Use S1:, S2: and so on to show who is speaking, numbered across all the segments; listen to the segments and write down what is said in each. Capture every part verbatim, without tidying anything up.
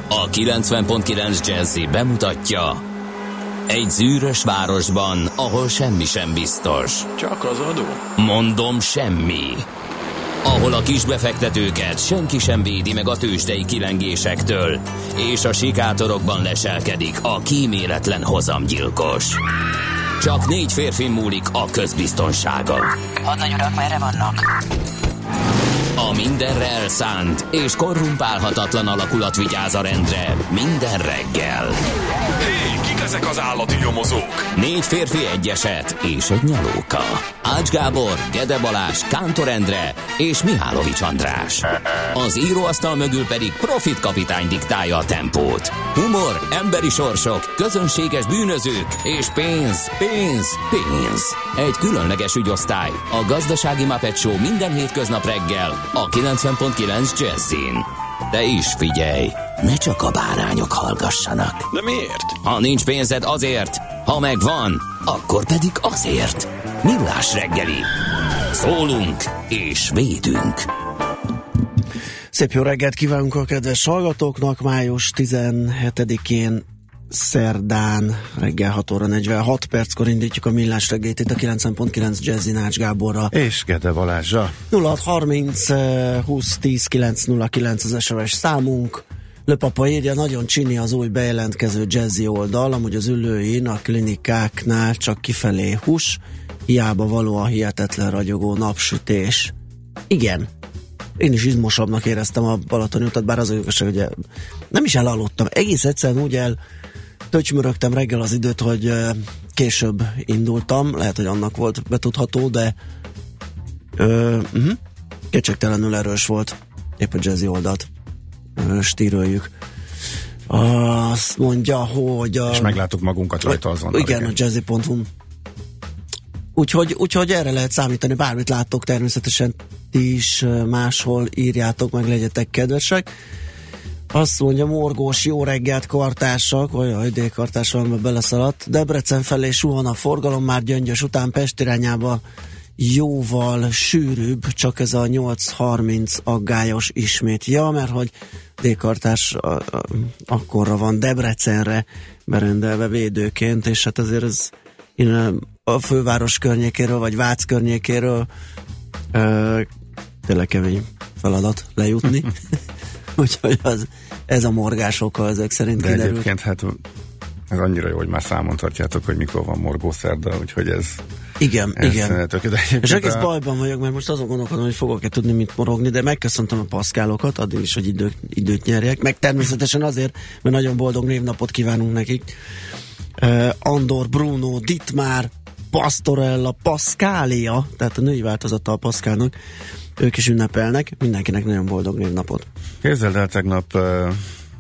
S1: A kilencven pont kilenc Jazzy bemutatja: egy zűrös városban, ahol semmi sem biztos.
S2: Csak az adó?
S1: Mondom, semmi. Ahol a kisbefektetőket senki sem védi meg a tőzsdei kilengésektől, és a sikátorokban leselkedik a kíméletlen hozamgyilkos. Csak négy férfi múlik a közbiztonsága.
S3: Hadnagy urak, merre vannak?
S1: A mindenre elszánt és korrumpálhatatlan alakulat vigyáz a rendre minden reggel.
S2: Hé, kik ezek az állati nyomozók?
S1: Négy férfi, egy eset és egy nyalóka. Ács Gábor, Gede Balázs, Kántor Endre és Mihálovics András. Az íróasztal mögül pedig Profit kapitány diktálja a tempót. Humor, emberi sorsok, közönséges bűnözők és pénz, pénz, pénz. Egy különleges ügyosztály, a Gazdasági Muppet Show minden hétköznap reggel a kilencven pont kilenc Jazzin. De is figyelj, ne csak a bárányok hallgassanak.
S2: De miért?
S1: Ha nincs pénzed, azért, ha megvan, akkor pedig azért. Millás reggeli. Szólunk és védünk.
S4: Szép jó reggelt kívánunk a kedves hallgatóknak. Május tizenhetedikén szerdán reggel hat óra negyvenhat perckor indítjuk a Millás reggelit itt a kilencven pont kilenc Jazzy Ács Gáborra
S5: és Gede Balázsa.
S4: nulla hat harminc húsz tíz kilenc nulla kilenc az es em es számunk. Löpapa írja, nagyon csini az új bejelentkező Jazzy oldal, amúgy az ülőin a klinikáknál csak kifelé hús, hiába való a hihetetlen ragyogó napsütés. Igen, én is izmosabbnak éreztem a Balatoni utat, bár az a igazság, hogy nem is elaludtam. Egész egyszerűen úgy el töcsmörögtem reggel az időt, hogy később indultam, lehet, hogy annak volt betudható, de ö, uh-huh, kétségtelenül erős volt. Épp a Jazzy oldalt stíröljük. Azt mondja, hogy a...
S5: És megláttuk magunkat rajta azon.
S4: Igen, a jazzy pont hu. Úgyhogy, úgyhogy erre lehet számítani, bármit láttok, természetesen ti is máshol írjátok, meg legyetek kedvesek. Azt mondja, morgós, jó reggelt kartársak, olyan D-kartárs valamiben beleszaladt. Debrecen felé suhan a forgalom, már Gyöngyös után Pest irányába jóval sűrűbb, csak ez a nyolc harminc aggályos ismét. Ja, mert hogy D-kartárs a, a, akkorra van Debrecenre berendelve védőként, és hát azért ez innen a főváros környékéről, vagy Vác környékéről ö, tényleg kemény feladat lejutni. Úgyhogy az, ez a morgás oka ezek szerint
S5: de
S4: kiderült.
S5: Egyébként hát ez annyira jó, hogy már számon tartjátok, hogy mikor van morgószerda, úgyhogy ez
S4: igen,
S5: ez
S4: igen.
S5: Tök,
S4: és egész
S5: a...
S4: bajban vagyok, mert most azon gondolkodom, hogy fogok-e tudni mit morogni, de megköszöntöm a paszkálokat, addig is, hogy időt, időt nyerjek, meg természetesen azért, mert nagyon boldog névnapot kívánunk nekik. Uh, Andor, Bruno, Dittmár, Pastorella, Pascalia, tehát a női változata a Pascalnak, ők is ünnepelnek, mindenkinek nagyon boldog névnapot.
S5: Képzeld el, tegnap uh,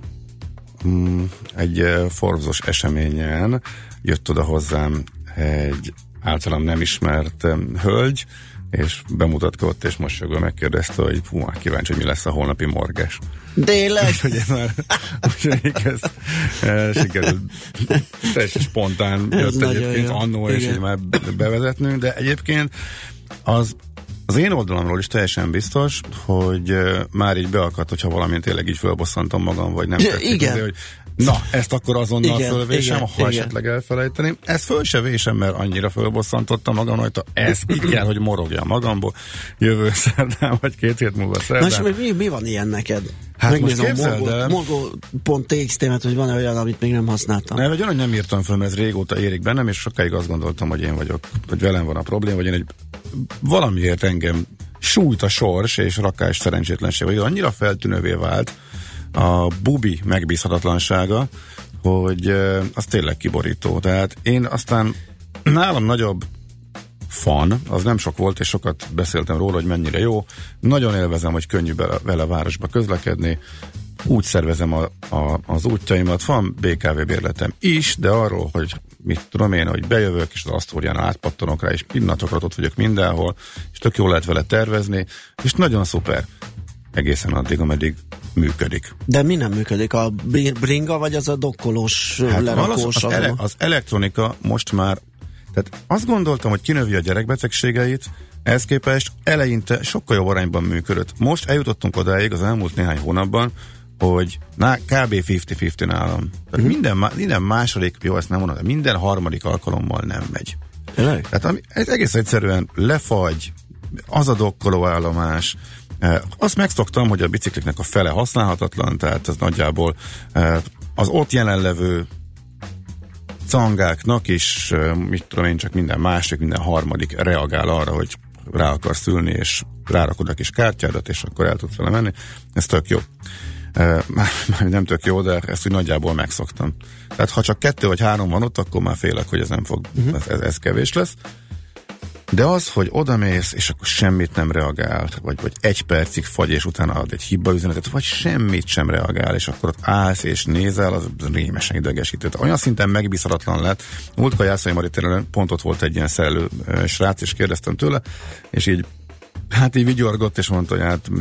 S5: um, egy uh, Forbes-os eseményen jött oda hozzám egy általam nem ismert um, hölgy, és bemutatkozott, és mosolyogva megkérdezte, hogy hú, kíváncsi, hogy mi lesz a holnapi morgás.
S4: Tényleg?
S5: Úgyhogy már úgyhogy ezt e, sikerült teljesen spontán jött egyébként annó, és így már bevezetnünk, de egyébként az az én oldalamról is teljesen biztos, hogy uh, már így beakadt, hogyha valamint tényleg így fölbosszantom magam, vagy nem tetszik.
S4: Igen.
S5: Azért, hogy na, ezt akkor azonnal
S4: igen,
S5: fölvésem,
S4: igen,
S5: ha
S4: igen.
S5: esetleg elfelejteném. Ezt föl se vésem, mert annyira fölbosszantottam magam rajta. Ez így kell, hogy morogjam magamból. Jövő szerdán, vagy két hét múlva szerdán.
S4: Na és mi, mi van ilyen neked?
S5: Hát
S4: megnézem
S5: most képzeld el.
S4: Morgó pont té iksz té-met, hogy van-e olyan, amit még nem használtam.
S5: Ne, vagy olyan, hogy nem írtam föl, mert ez régóta érik bennem, és sokáig azt gondoltam, hogy én vagyok, hogy velem van a probléma, vagy én egy valamiért engem sújt a sors, és rakás szerencsétlenség, vagy annyira feltűnővé vált a bubi megbízhatatlansága, hogy uh, az tényleg kiborító. Tehát én aztán nálam nagyobb fan, az nem sok volt, és sokat beszéltem róla, hogy mennyire jó. Nagyon élvezem, hogy könnyű vele, vele városba közlekedni. Úgy szervezem a, a, az útjaimat. Van bé ká vé bérletem is, de arról, hogy mit tudom én, hogy bejövök, és az Asztórián átpattanok rá, és pillanatokra ott vagyok mindenhol, és tök jól lehet vele tervezni, és nagyon szuper. Egészen addig, ameddig működik.
S4: De mi nem működik? A bringa, vagy az a dokkolós, hát lerakós?
S5: Az, ele, az elektronika most már, tehát azt gondoltam, hogy kinövi a gyerekbetegségeit, ehhez képest eleinte sokkal jobb arányban működött. Most eljutottunk odáig az elmúlt néhány hónapban, hogy ná, kb. ötven-ötven nálam. Tehát uh-huh. minden, minden második, jó, ezt nem mondom, de minden harmadik alkalommal nem megy.
S4: Tényleg?
S5: Tehát ami, ez egész egyszerűen lefagy, az a dokkoló állomás. Eh, azt megszoktam, hogy a bicikliknek a fele használhatatlan, tehát az nagyjából eh, az ott jelenlevő cangáknak is, eh, mit tudom én, csak minden másik, minden harmadik reagál arra, hogy rá akarsz ülni, és rárakod a kis kártyádat, és akkor el tudsz vele menni. Ez tök jó. Uh, már, már nem tök jó, de ezt úgy nagyjából megszoktam. Tehát ha csak kettő vagy három van ott, akkor már félek, hogy ez nem fog, uh-huh. ez, ez kevés lesz. De az, hogy odamész, és akkor semmit nem reagál, vagy, vagy egy percig fagy, és utána ad egy hibaüzenetet, vagy semmit sem reagál, és akkor ott állsz és nézel, az rémesen idegesítő. Olyan szinten megbízhatatlan lett. Múltkor Jászai Maritéren pont ott volt egy ilyen szerelő uh, srác, és kérdeztem tőle, és így hát így vigyorgott, és mondta, hogy hát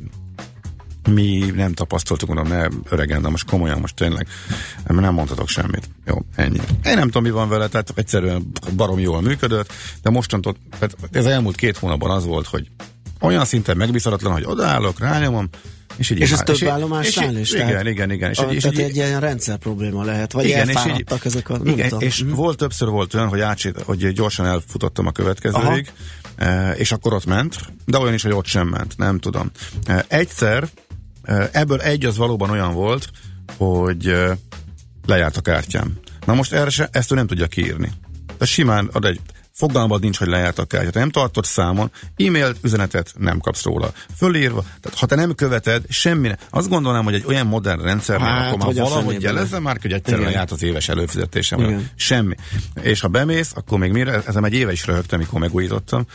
S5: mi nem tapasztaltuk, mondom, ne öregen, de most komolyan, most tényleg nem mondhatok semmit. Jó, ennyi. Én nem tudom, mi van vele, tehát egyszerűen barom jól működött, de mostantól, tehát ez elmúlt két hónapban az volt, hogy olyan szinten megbízhatatlan, hogy odaállok, rányomom, és így
S4: és ez
S5: áll,
S4: több állomásnál is?
S5: Igen, igen, igen, igen. És
S4: a,
S5: így,
S4: tehát
S5: így,
S4: egy ilyen rendszer probléma lehet, vagy
S5: igen,
S4: elfáradtak
S5: és
S4: ezek a...
S5: Igen,
S4: tudom.
S5: és
S4: mm.
S5: volt többször volt olyan, hogy, átsét, hogy gyorsan elfutottam a következőig, eh, és akkor ott ment, de olyan is, hogy ott sem ment, nem tudom. Eh, egyszer, eh, ebből egy az valóban olyan volt, hogy eh, lejárt a kártyám. Na most erre se, ezt ő nem tudja kiírni. De simán ad egy fogalmad nincs, hogy lejárt a kártyát. Nem tartod számon, e-mail üzenetet nem kapsz róla. Fölírva, tehát ha te nem követed, semmi ne. Azt gondolnám, hogy egy olyan modern rendszernél, hát, akkor már valahogy jelezze már, hogy egyszerűen járt az éves előfizetésem. Semmi. És ha bemész, akkor még mire, ezen egy éve is röhögtem, mikor megújítottam,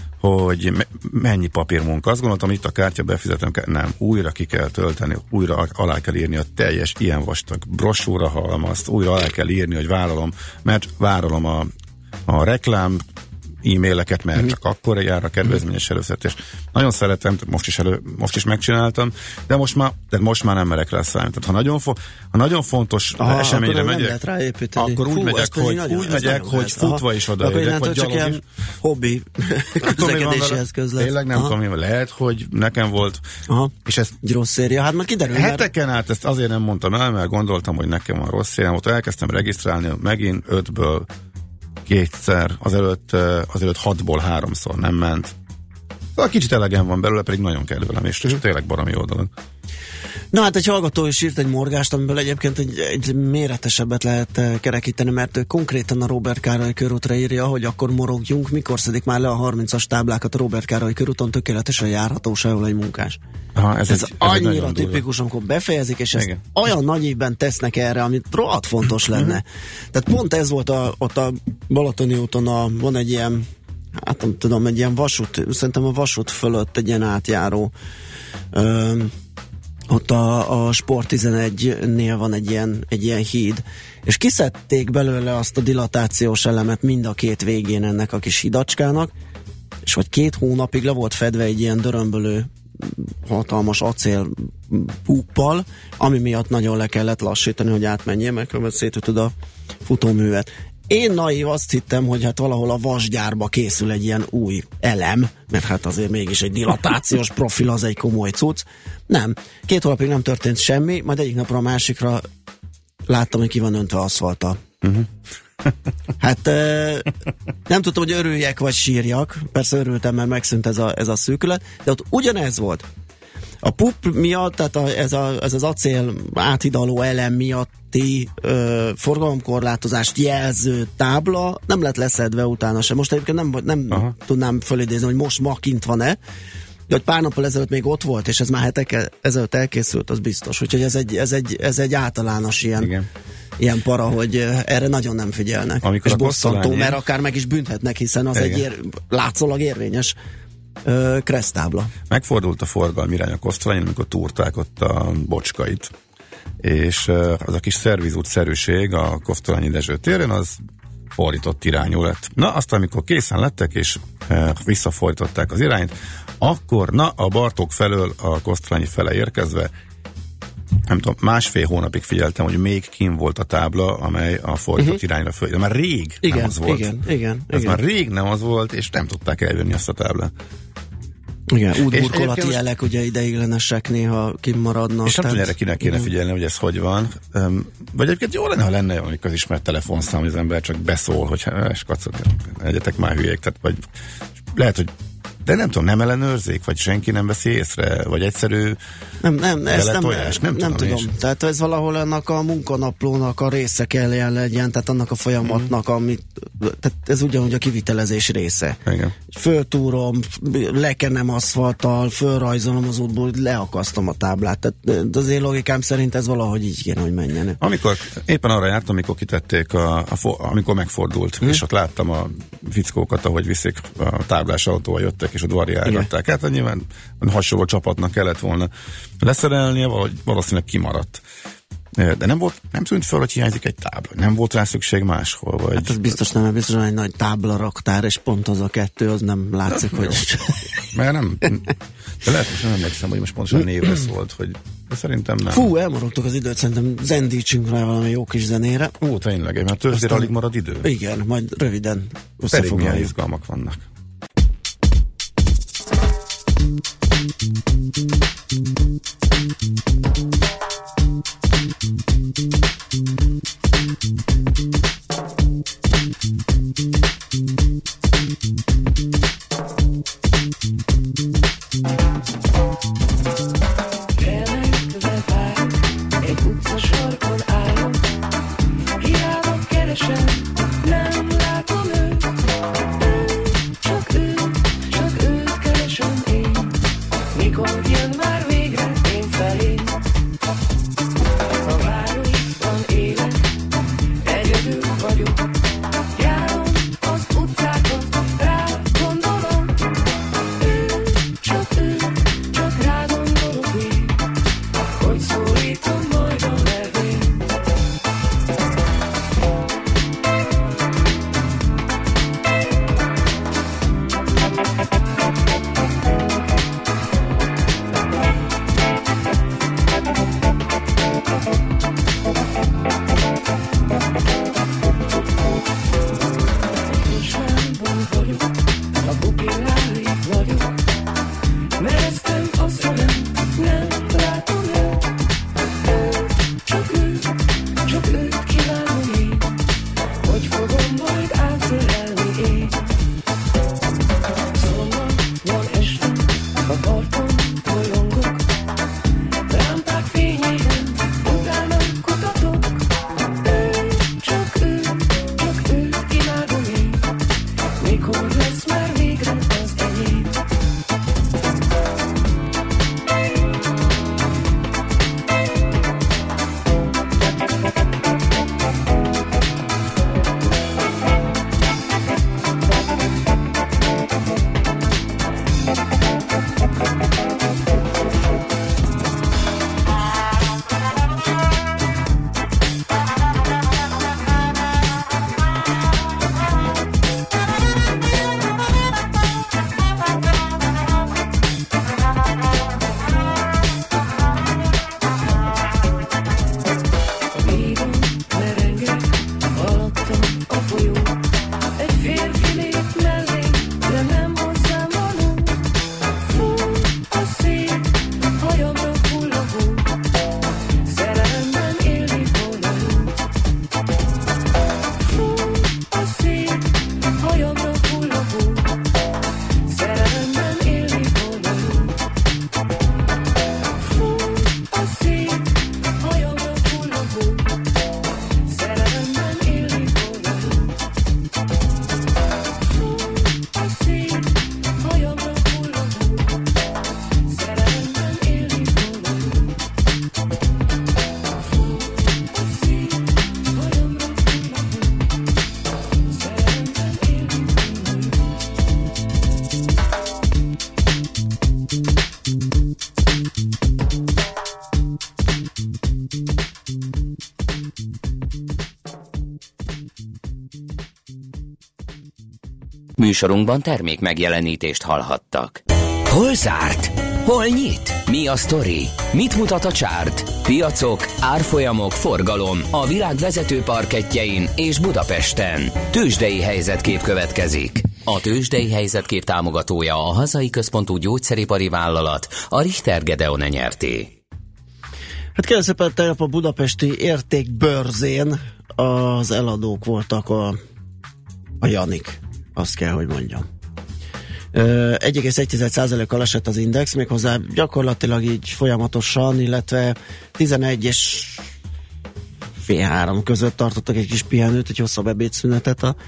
S5: hogy me- mennyi papírmunka. Azt gondoltam, itt a kártya befizetem, nem, újra ki kell tölteni, újra alá kell írni a teljes ilyen vastag brosúra halmazt, újra alá kell írni, hogy vállalom, mert vállalom a a reklám e-maileket, mert csak akkor jár a kedvezményes előfizetés. Nagyon szeretem, most is, elő, most is megcsináltam, de most már, de most már nem merek rá számítani. Tehát ha nagyon, fo- ha nagyon fontos aha, eseményre
S4: akkor
S5: megyek,
S4: akkor
S5: úgy
S4: Hú,
S5: megyek, hogy,
S4: nagyon,
S5: úgy megyek, hogy
S4: lesz.
S5: futva
S4: aha.
S5: is odaérek, vagy
S4: csak
S5: gyalog
S4: is. Hobbi közlekedéséhez közlet.
S5: Tényleg nem aha. tudom, lehet, hogy nekem volt.
S4: Aha.
S5: És ez
S4: egy rossz széria, hát már kiderül.
S5: Heteken mert... át ezt azért nem mondtam el, mert gondoltam, hogy nekem van rossz szériám. Ott elkezdtem regisztrálni, megint ötből kétszer, azelőtt, azelőtt hatból háromszor nem ment. Szóval kicsit elegem van belőle, pedig nagyon kedvelem, és mm. tényleg baromi jó dolog.
S4: Na hát egy hallgató is írt egy morgást, amiből egyébként egy, egy méretesebbet lehet kerekíteni, mert ő konkrétan a Róbert Károly körútra írja, hogy akkor morogjunk, mikor szedik már le a harmincas táblákat a Róbert Károly körúton, tökéletesen járható, sehol egy munkás. Aha, ez, ez egy, annyira ez tipikus, amikor befejezik, és ezt igen. olyan nagy évben tesznek erre, amit rohadt fontos lenne. Tehát pont ez volt a, ott a Balatoni úton, a, van egy ilyen, hát nem tudom, egy ilyen vasút, szerintem a vasút fölött egy ilyen átjáró, öm, ott a, a Sport tizenegynél van egy ilyen, egy ilyen híd, és kiszedték belőle azt a dilatációs elemet mind a két végén ennek a kis hidacskának, és vagy két hónapig le volt fedve egy ilyen dörömbölő hatalmas acél púppal, ami miatt nagyon le kellett lassítani, hogy átmenjél, mert különben szétütöd a futóművet. Én naiv azt hittem, hogy hát valahol a vasgyárba készül egy ilyen új elem, mert hát azért mégis egy dilatációs profil az egy komoly cucc. Nem. Két hónapig nem történt semmi, majd egyik napra a másikra láttam, hogy ki van öntve aszfalttal. Uh-huh. Hát euh, nem tudtam, hogy örüljek vagy sírjak. Persze örültem, mert megszűnt ez a, ez a szűkület, de ott ugyanez volt. A pup miatt, tehát a, ez, a, ez az acél áthidaló elem miatti ö, forgalomkorlátozást jelző tábla nem lett leszedve utána sem. Most egyébként nem, nem tudnám fölidézni, hogy most ma kint van-e, de hogy pár nappal ezelőtt még ott volt, és ez már hetekkel ezelőtt elkészült, az biztos. Úgyhogy ez egy, ez egy, ez egy általános ilyen, igen. ilyen para, hogy erre nagyon nem figyelnek. Amikor és bosszantó, mert akár meg is büntetnek, hiszen az igen. egy ér, látszólag érvényes kresztábla.
S5: Megfordult a forgalmi irány a Kosztolányon, amikor túrták ott a bocskait. És az a kis szervizút-szerűség a Kosztolányi Dezső téren, az fordított irányú lett. Na, aztán amikor készen lettek, és e, visszafordították az irányt, akkor, na, a Bartók felől a Kosztolányi fele érkezve, nem tudom, másfél hónapig figyeltem, hogy még kín volt a tábla, amely a fordított uh-huh. irányra föl. De már rég
S4: igen,
S5: nem az volt.
S4: Igen, igen.
S5: Ez
S4: igen.
S5: már rég nem az volt, és nem tudták elvenni azt a táblát.
S4: Igen, útburkolati jelek ugye ideiglenesek néha kimaradnak.
S5: És nem
S4: tehát...
S5: tudom, erre kinek kéne figyelni, hogy ez hogy van. Um, vagy egyébként jó lenne, ha lenne valami közismert telefonszám, hogy az ember csak beszól, hogy eskacok, egyetek már hülyék, tehát vagy lehet, hogy de nem tudom, nem ellenőrzik, vagy senki nem veszi észre, vagy egyszerű
S4: nem, nem, ezt nem,
S5: tojás, nem,
S4: nem tudom.
S5: tudom.
S4: Tehát ez valahol annak a munkanaplónak a része kell legyen, tehát annak a folyamatnak, mm. amit, tehát ez ugyanúgy a kivitelezés része.
S5: Igen.
S4: Föltúrom, lekenem aszfalttal, fölrajzolom az útból, leakasztom a táblát. Tehát az én logikám szerint ez valahogy így kéne, hogy menjen.
S5: Amikor éppen arra jártam, amikor kitették, a, a, amikor megfordult, mm. és ott láttam a fickókat, ahogy viszik a táblás autóval jöttek, és ott variálgatták. Hát nyilván hasonló csapatnak kellett volna leszerelnie, valahogy valószínűleg kimaradt. De nem volt, nem tűnt fel, hogy hiányzik egy tábla. Nem volt rá szükség máshol. Vagy...
S4: Hát ez biztos nem, biztos egy nagy tábla raktár, és pont az a kettő, az nem látszik, hogy...
S5: Mert nem... De lehet, most nem emlékszem, hogy most pontosan névre szólt, hogy de szerintem nem.
S4: Fú, elmaradtuk az időt, szerintem zendítsünk rá valami jó kis zenére.
S5: Ó, tényleg, mert tőzsdére alig marad idő.
S4: Igen, majd röviden
S5: összefoglaljuk. Pedig milyen izgalmak vannak.
S1: Műsorunkban termék megjelenítést hallhattak. Hol zárt? Hol nyit? Mi a sztori? Mit mutat a csárt? Piacok, árfolyamok, forgalom a világ vezető parkettjein és Budapesten. Tőzsdei helyzetkép következik. A tőzsdei helyzetkép támogatója a hazai központú gyógyszeripari vállalat, a Richter Gedeon nyerté.
S4: Hát kérlek szépen, tegnap a budapesti értékbörzén az eladók voltak a, a Janik, azt kell, hogy mondjam. egy egész egy százalékkal esett az index, méghozzá gyakorlatilag így folyamatosan, illetve tizenegy és fél három között tartottak egy kis pihenőt, egy hosszabb ebédszünetet a,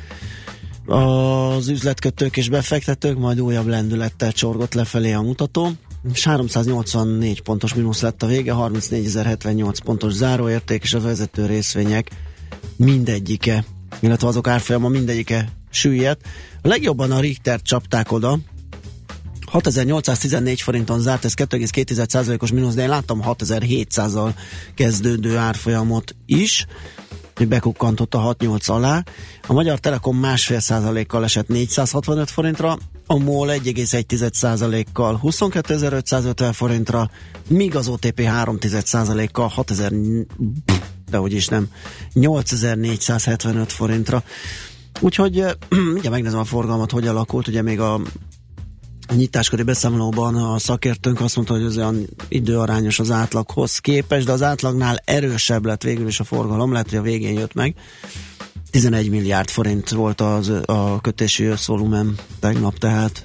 S4: az üzletkötők és befektetők, majd újabb lendülettel csorgott lefelé a mutató, és háromszáznyolcvannégy pontos mínusz lett a vége, harmincnégyezer-hetvennyolc pontos záróérték, és a vezető részvények mindegyike, illetve azok árfolyama mindegyike süllyedt. A legjobban a Richtert csapták oda, hatezer-nyolcszáztizennégy forinton zárt, ez kettő egész két százalékos mínusz, de én láttam hatezer-hétszázzal kezdődő árfolyamot is, hogy bekukkantott a hat nyolc alá. A Magyar Telekom másfél százalékkal esett négyszázhatvanöt forintra, a MOL egy egész egy százalékkal huszonkétezer-ötszázötven forintra, míg az o té pé három százalékkal hatezer, de hogy is nem, nyolcezer-négyszázhetvenöt forintra. Úgyhogy ugye megnézem a forgalmat, hogy alakult, ugye még a nyitáskori beszámolóban a szakértőnk azt mondta, hogy ez olyan időarányos az átlaghoz képest, de az átlagnál erősebb lett végül is a forgalom, lehet, hogy a végén jött meg. tizenegy milliárd forint volt az, a kötési összvolumen tegnap, tehát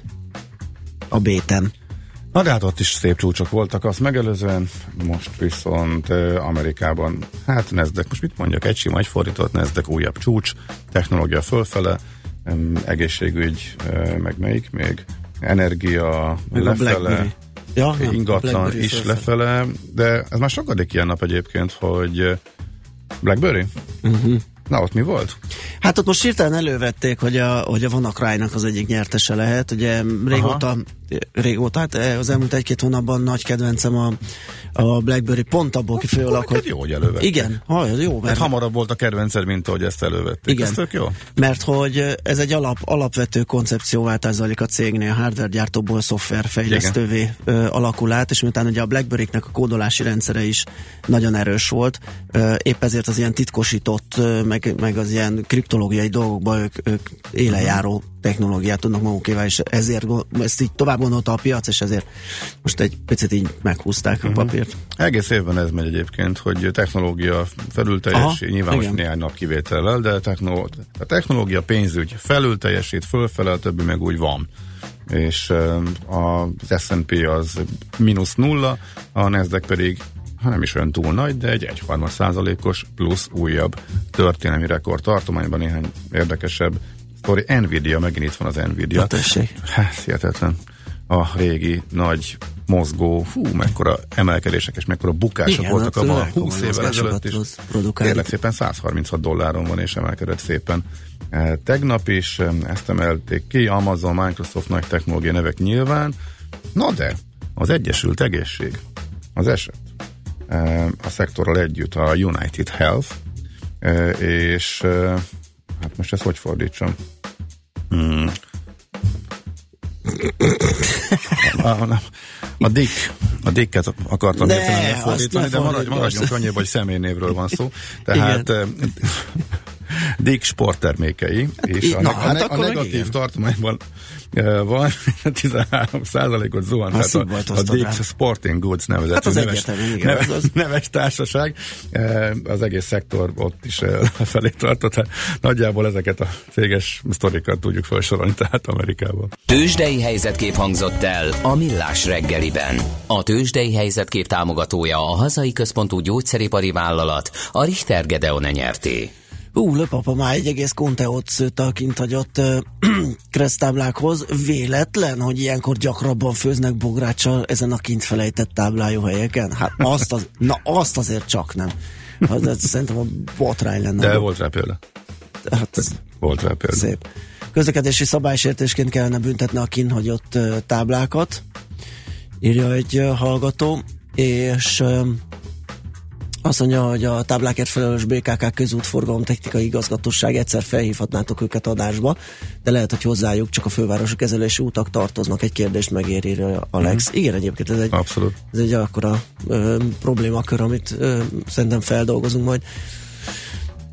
S4: a béten.
S5: Na de hát ott is szép csúcsok voltak azt megelőzően, most viszont Amerikában, hát Nasdaq, most mit mondjak, egy sima, egy fordított Nasdaq újabb csúcs, technológia fölfele, egészségügy, meg melyik még, energia meg lefele,
S4: ja,
S5: ingatlan is fölfele. Lefele, de ez már sokadik ilyen nap egyébként, hogy BlackBerry? Uh-huh. Na, ott mi volt?
S4: Hát ott most hirtelen elővették, hogy a, hogy a WannaCry-nak az egyik nyertese lehet. Ugye régóta, Aha. régóta, hát az elmúlt egy-két hónapban nagy kedvencem a, a BlackBerry, pont abból kifolyólag, hogy...
S5: jó, hogy elővették.
S4: Igen, ha, jó. Mert...
S5: Hát hamarabb volt a kedvenced, mint ahogy ezt elővették.
S4: Igen.
S5: Ez tök jó.
S4: Mert hogy ez egy alap, alapvető koncepcióváltás zajlik a cégnél, hardware gyártóból szoftverfejlesztővé alakul át, és miután ugye a BlackBerry-nek a kódolási rendszere is nagyon erős volt, ö, épp ezért az ilyen titkosított, ö, meg, meg az ilyen kriptológiai dolgokban ők, ők élenjáró technológiát tudnak magukével, és ezért ezt így tovább gondolta a piac, és ezért most egy picit így meghúzták uh-huh. a papírt.
S5: Egész évben ez megy egyébként, hogy technológia felülteljesít, nyilván most néhány nap kivétellel, de technoló- a technológia pénzügy felülteljesít, fölfele, a többi meg úgy van. És az es and pé az mínusz nulla, a Nasdaq pedig ha nem is olyan túl nagy, de egy egyharmad százalékos plusz újabb történelmi rekord tartományban néhány érdekesebb sztori. Nvidia, megint itt van az Nvidia. Hát, hihetetlen. A régi nagy mozgó, hú, mekkora emelkedések és mekkora bukások igen, voltak abban a húsz évvel ezelőtt is. Kérlek szépen száz harminchat dolláron van és emelkedett szépen. E, tegnap is ezt emelték ki, Amazon, Microsoft nagy technológiai nevek nyilván. Na de, az Egyesült Egészség az eset. E, a szektorral együtt a United Health, e, és e, hát most ezt hogy fordítsam? Hmm. A, a, a Dick, a Dicket akartam értelemben fordítani, de maradj, maradjunk annyiban, hogy személynévről van szó. Tehát Dick sporttermékei, és a, Na, a, hát a, a negatív igen. tartományban uh, van tizenhárom százalékot zuhant, tehát a, a Dick Sporting Goods nevezetű hát neves, neves, az... neves társaság. Uh, az egész szektor ott is uh, felé tartott. Hát nagyjából ezeket a céges sztorikat tudjuk felsorolni, tehát Amerikában.
S1: Tőzsdei helyzetkép hangzott el a Millás reggeliben. A tőzsdei helyzetkép támogatója a hazai központú gyógyszeripari vállalat, a Richter Gedeon nyerté.
S4: Ú, löpapa már egy egész konteót szőtte a kinthagyott uh, kereszttáblákhoz. Véletlen, hogy ilyenkor gyakrabban főznek bográccsal ezen a kint felejtett táblájú helyeken? Hát azt, az, na azt azért csak nem. Az, az, szerintem a botrány lenne.
S5: De volt rá példa.
S4: Hát ez
S5: volt rá példa.
S4: Szép. Közlekedési szabálysértésként kellene büntetni a kinthagyott uh, táblákat, írja egy uh, hallgató, és... Uh, Azt mondja, hogy a táblákért felelős bé ká ká közútforgalom technikai igazgatóság egyszer felhívhatnátok őket adásba, de lehet, hogy hozzájuk csak a fővárosi kezelési utak tartoznak. Egy kérdést megéri Alex. Mm-hmm. Igen, egyébként ez egy,
S5: Abszolút.
S4: ez egy akkora ö, problémakör, amit ö, szerintem feldolgozunk majd.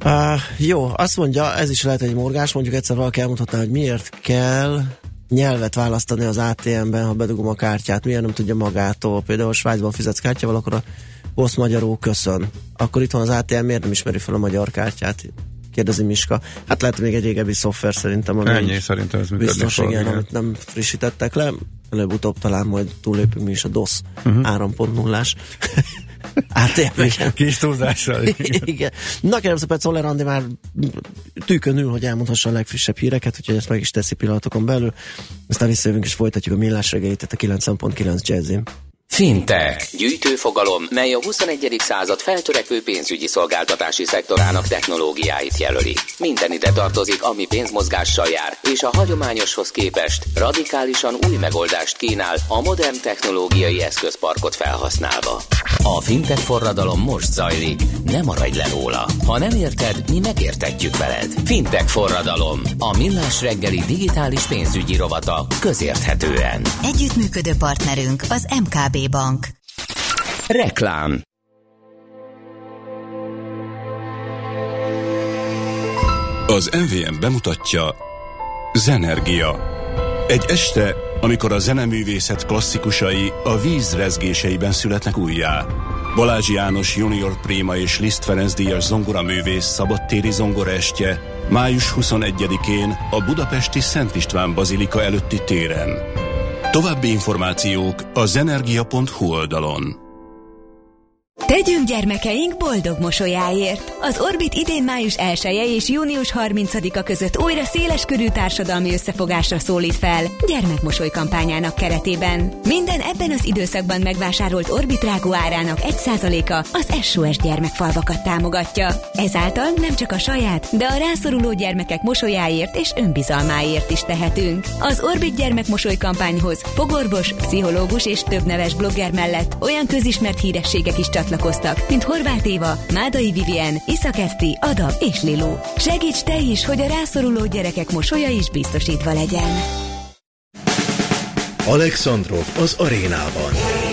S4: Uh, jó, azt mondja, ez is lehet egy morgás, mondjuk egyszer valaki elmondhatná, hogy miért kell nyelvet választani az á té em-ben, ha bedugom a kártyát, miért nem tudja magától. Például Svájcban fizetsz kártyával, akkor a boss magyarul köszön. Akkor itt van az á té em, miért nem ismeri fel a magyar kártyát? Kérdezi Miska. Hát lehet még egy régebbi szoftver szerintem, ami
S5: ennyi, szerintem ez
S4: biztos, igen, igen, amit nem frissítettek le. Előbb-utóbb talán majd túllépünk mi is a DOS uh-huh. három pont nullás. á té em, igen.
S5: Kis túlzással.
S4: Igen. Na kérem szépen, Czoller Andi már tűkön ül, hogy elmondhassa a legfrissebb híreket, úgyhogy ezt meg is teszi pillanatokon belül. Aztán visszajövünk és folytatjuk a millás reggelit a kilencven pont kilenc Jazzin.
S1: Fintech. Gyűjtőfogalom, mely a huszonegyedik század feltörekvő pénzügyi szolgáltatási szektorának technológiáit jelöli. Minden ide tartozik, ami pénzmozgással jár, és a hagyományoshoz képest radikálisan új megoldást kínál a modern technológiai eszközparkot felhasználva. A fintech forradalom most zajlik, ne maradj le róla. Ha nem érted, mi megértetjük veled. Fintech forradalom, a millás reggeli digitális pénzügyi rovata közérthetően.
S6: Együttműködő partnerünk az em ká bé Bank.
S1: Reklám.
S2: Az em vé em bemutatja Zenergia. Egy este, amikor a zeneművészet klasszikusai a víz rezgéseiben születnek újjá. Balázs János junior préma és Liszt Ferenc díjas zongoraművész szabadtéri zongoraestje május huszonegyedikén a budapesti Szent István bazilika előtti téren. További információk a zenergia pont hu oldalon.
S7: Tegyünk gyermekeink boldog mosolyáért! Az Orbit idén május elseje és június harmincadika között újra széleskörű társadalmi összefogásra szólít fel gyermekmosoly kampányának keretében. Minden ebben az időszakban megvásárolt Orbit rágó árának egy százaléka az es o es gyermekfalvakat támogatja. Ezáltal nem csak a saját, de a rászoruló gyermekek mosolyáért és önbizalmáért is tehetünk. Az Orbit gyermekmosoly kampányhoz fogorvos, pszichológus és több neves blogger mellett olyan közismert hírességek is csatlakoztak, mint Horváth Éva, Mádai Vivien, Iszak Eszti, Ada és Lilu. Segíts te is, hogy a rászoruló gyerekek mosolya is biztosítva legyen.
S8: Alexandrov az arénában.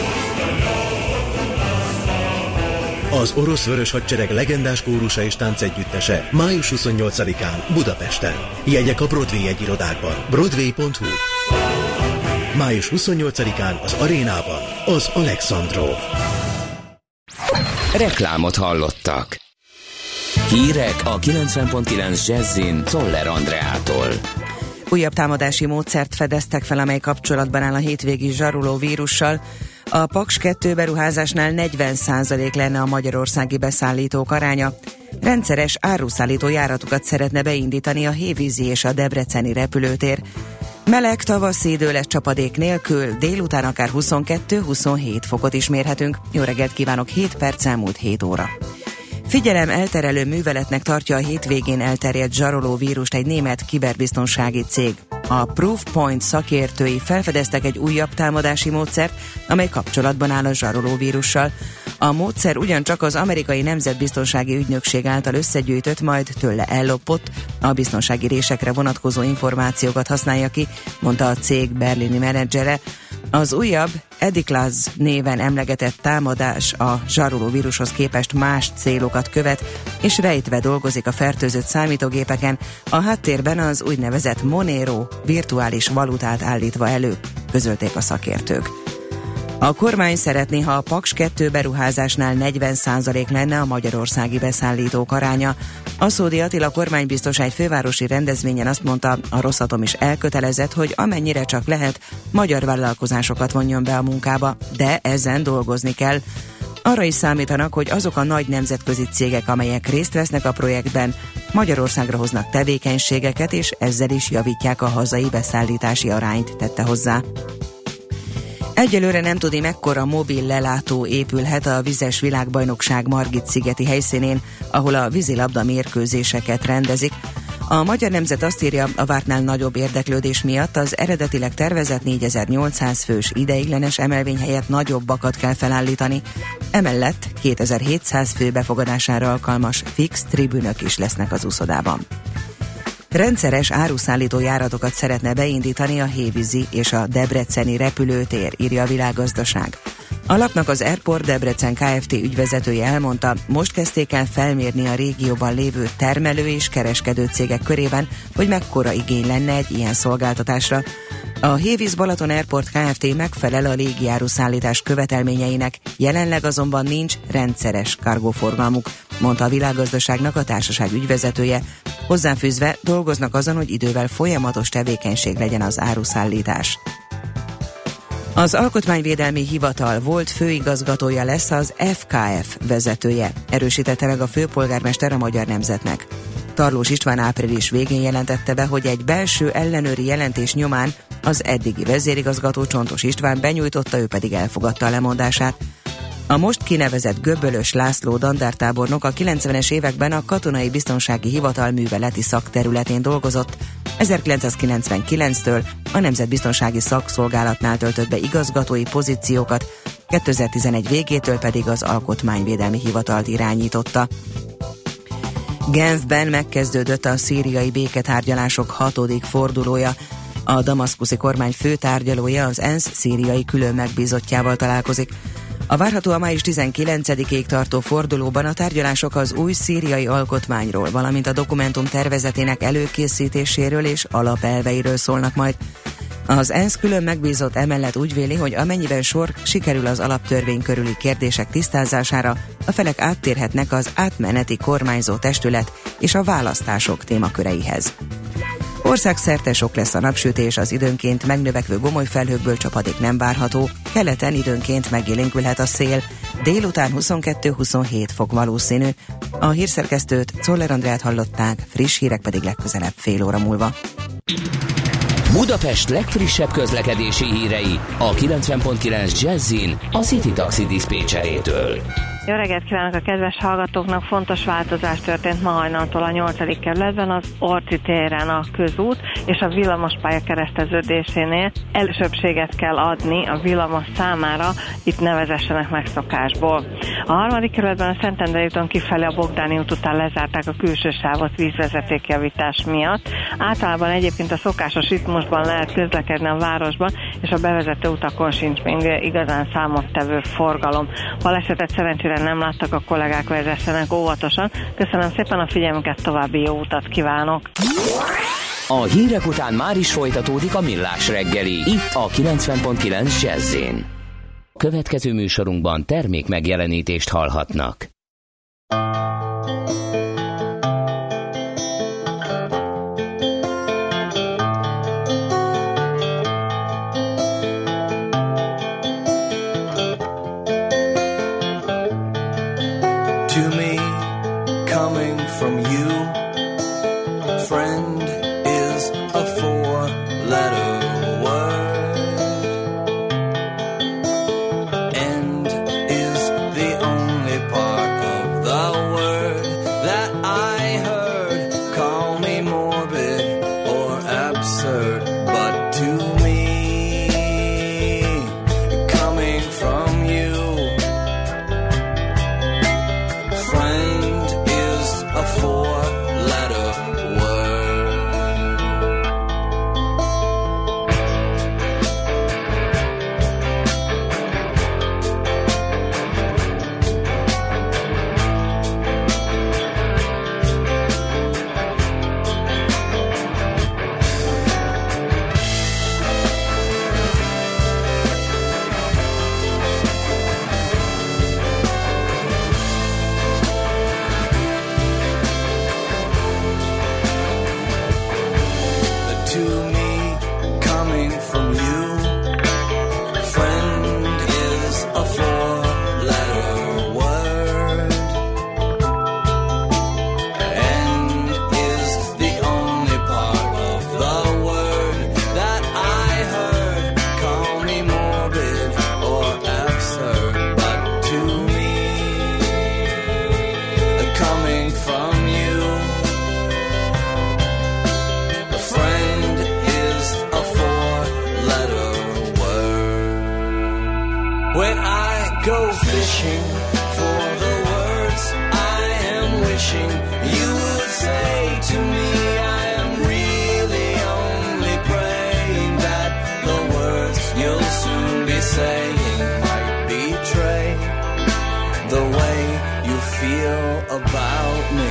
S8: Az orosz vörös hadsereg legendás kórusa és táncegyüttese május huszonnyolcadikán Budapesten. Jegyek a Broadway egyirodákban. broadway pont hu. május huszonnyolcadikán az arénában az Alexandrov.
S1: Reklámot hallottak. Hírek a kilencven pont kilenc Jazzin Czoller Andreától.
S9: Újabb támadási módszert fedeztek fel, amely kapcsolatban áll a hétvégi zsaruló vírussal. A Paks kettő beruházásnál negyven százalék lenne a magyarországi beszállítók aránya. Rendszeres áruszállító járatokat szeretne beindítani a Hévízi és a debreceni repülőtér. Meleg tavaszi idő lesz csapadék nélkül, délután akár huszonkettő-huszonhét fokot is mérhetünk. Jó reggelt kívánok, hét perc elmúlt hét óra. Figyelem, elterelő műveletnek tartja a hétvégén elterjedt zsaroló vírust egy német kiberbiztonsági cég. A Proofpoint szakértői felfedeztek egy újabb támadási módszert, amely kapcsolatban áll a zsaroló vírussal. A módszer ugyancsak az amerikai nemzetbiztonsági ügynökség által összegyűjtött, majd tőle ellopott, a biztonsági résekre vonatkozó információkat használja ki, mondta a cég berlini menedzsere. Az újabb Ediklaz néven emlegetett támadás a zsaroló vírushoz képest más célokat követ, és rejtve dolgozik a fertőzött számítógépeken, a háttérben az úgynevezett Monero virtuális valutát állítva elő, közölték a szakértők. A kormány szeretné, ha a Paks kettő beruházásnál negyven százalék lenne a magyarországi beszállítók aránya. Aszódi Attila kormánybiztos egy fővárosi rendezvényen azt mondta, a Rosszatom is elkötelezett, hogy amennyire csak lehet, magyar vállalkozásokat vonjon be a munkába, de ezen dolgozni kell. Arra is számítanak, hogy azok a nagy nemzetközi cégek, amelyek részt vesznek a projektben, Magyarországra hoznak tevékenységeket, és ezzel is javítják a hazai beszállítási arányt, tette hozzá. Egyelőre nem tudni, mekkora mobil lelátó épülhet a vizes világbajnokság Margit-szigeti helyszínén, ahol a vízilabda mérkőzéseket rendezik. A Magyar Nemzet azt írja, a vártnál nagyobb érdeklődés miatt az eredetileg tervezett négyezer-nyolcszáz fős ideiglenes emelvény helyett nagyobbakat kell felállítani. Emellett kétezer-hétszáz fő befogadására alkalmas fix tribünök is lesznek az úszodában. Rendszeres áruszállító járatokat szeretne beindítani a Hévízi és a debreceni repülőtér, írja a Világgazdaság. A lapnak az Airport Debrecen Kft. Ügyvezetője elmondta, most kezdték el felmérni a régióban lévő termelő és kereskedő cégek körében, hogy mekkora igény lenne egy ilyen szolgáltatásra. A Hévíz Balaton Airport Kft. Megfelel a légijáruszállítás követelményeinek, jelenleg azonban nincs rendszeres kargóforgalmuk, mondta a Világgazdaságnak a társaság ügyvezetője. Hozzáfűzve dolgoznak azon, hogy idővel folyamatos tevékenység legyen az áruszállítás. Az Alkotmányvédelmi Hivatal volt főigazgatója lesz az ef ká ef vezetője, erősítette meg a főpolgármester a Magyar Nemzetnek. Tarlós István április végén jelentette be, hogy egy belső ellenőri jelentés nyomán az eddigi vezérigazgató Csontos István benyújtotta, ő pedig elfogadta a lemondását. A most kinevezett Göbbölös László dandártábornok a kilencvenes években a Katonai Biztonsági Hivatal műveleti szakterületén dolgozott, ezerkilencszázkilencvenkilenctől a Nemzetbiztonsági Szakszolgálatnál töltött be igazgatói pozíciókat, kétezer-tizenegy végétől pedig az Alkotmányvédelmi Hivatalt irányította. Genfben megkezdődött a szíriai béketárgyalások hatodik fordulója. A damaszkuszi kormány főtárgyalója, az ENSZ szíriai külön megbízottjával találkozik. A várhatóan május tizenkilencedikéig tartó fordulóban a tárgyalások az új szíriai alkotmányról, valamint a dokumentum tervezetének előkészítéséről és alapelveiről szólnak majd. Az ENSZ külön megbízott emellett úgy véli, hogy amennyiben sor sikerül az alaptörvény körüli kérdések tisztázására, a felek áttérhetnek az átmeneti kormányzó testület és a választások témaköreihez. Országszerte sok lesz a napsütés, az időnként megnövekvő gomoly felhőkből csapadék nem várható, keleten időnként megélénkülhet a szél, délután huszonkettő-huszonhét fok valószínű. A hírszerkesztőt, Czoller Andrát hallották, friss hírek pedig legközelebb fél óra múlva.
S1: Budapest legfrissebb közlekedési hírei a kilencven pont kilenc Jazzin a City Taxi diszpécserétől.
S10: Jó reggelt kívánok a kedves hallgatóknak! Fontos változás történt ma hajnaltól a nyolcadik kerületben, az Orci téren a közút és a villamospálya kereszteződésénél elsőbbséget kell adni a villamos számára, itt ne vezessenek megszokásból. A harmadik kerületben a Szentendrei úton kifelé a Bogdáni út után lezárták a külső sávot vízvezetékjavítás miatt. Általában egyébként a szokásos ritmusban lehet közlekedni a városban, és a bevezető utakon sincs még igazán számottevő forgalom. Balesetet szerencsére nem láttak, a kollégák vezessenek óvatosan. Köszönöm szépen a figyelmüket, további jó utat kívánok!
S1: A hírek után már is folytatódik a Millás reggeli, itt a kilencven pont kilenc Jazz-én. Következő műsorunkban termék megjelenítést hallhatnak.
S11: Friend is a four the way you feel about me.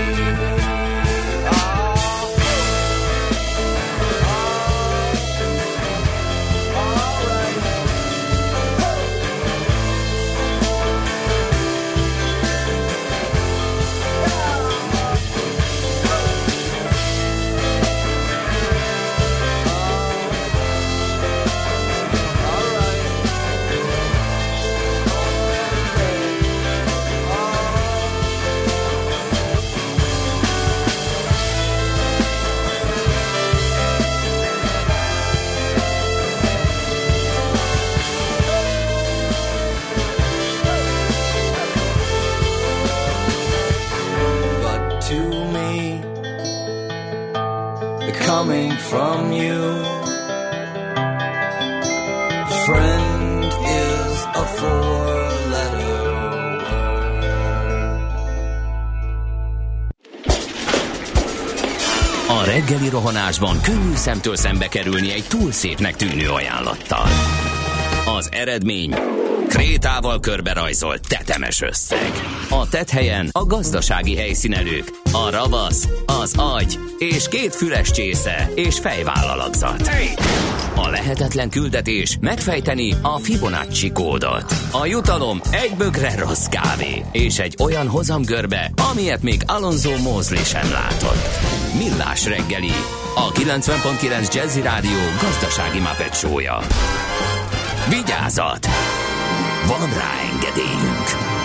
S11: Coming from you, friend is a four-letter word.
S1: A reggeli rohanásban könnyű szemtől szembe kerülni egy túl szépnek tűnő ajánlattal. Az eredmény krétával körberajzolt tetemes összeg. A tetthelyen a gazdasági helyszínelők, a ravasz, az agy és két füles csésze és fejvállalakzat. A lehetetlen küldetés megfejteni a Fibonacci kódot. A jutalom egy bögre rossz kávé és egy olyan hozamgörbe, amilyet még Alonso Mosley sem látott. Millás reggeli, a kilencven pont kilenc Jazzy Rádió gazdasági Muppet show-ja. Vigyázat! Van rá engedélyünk!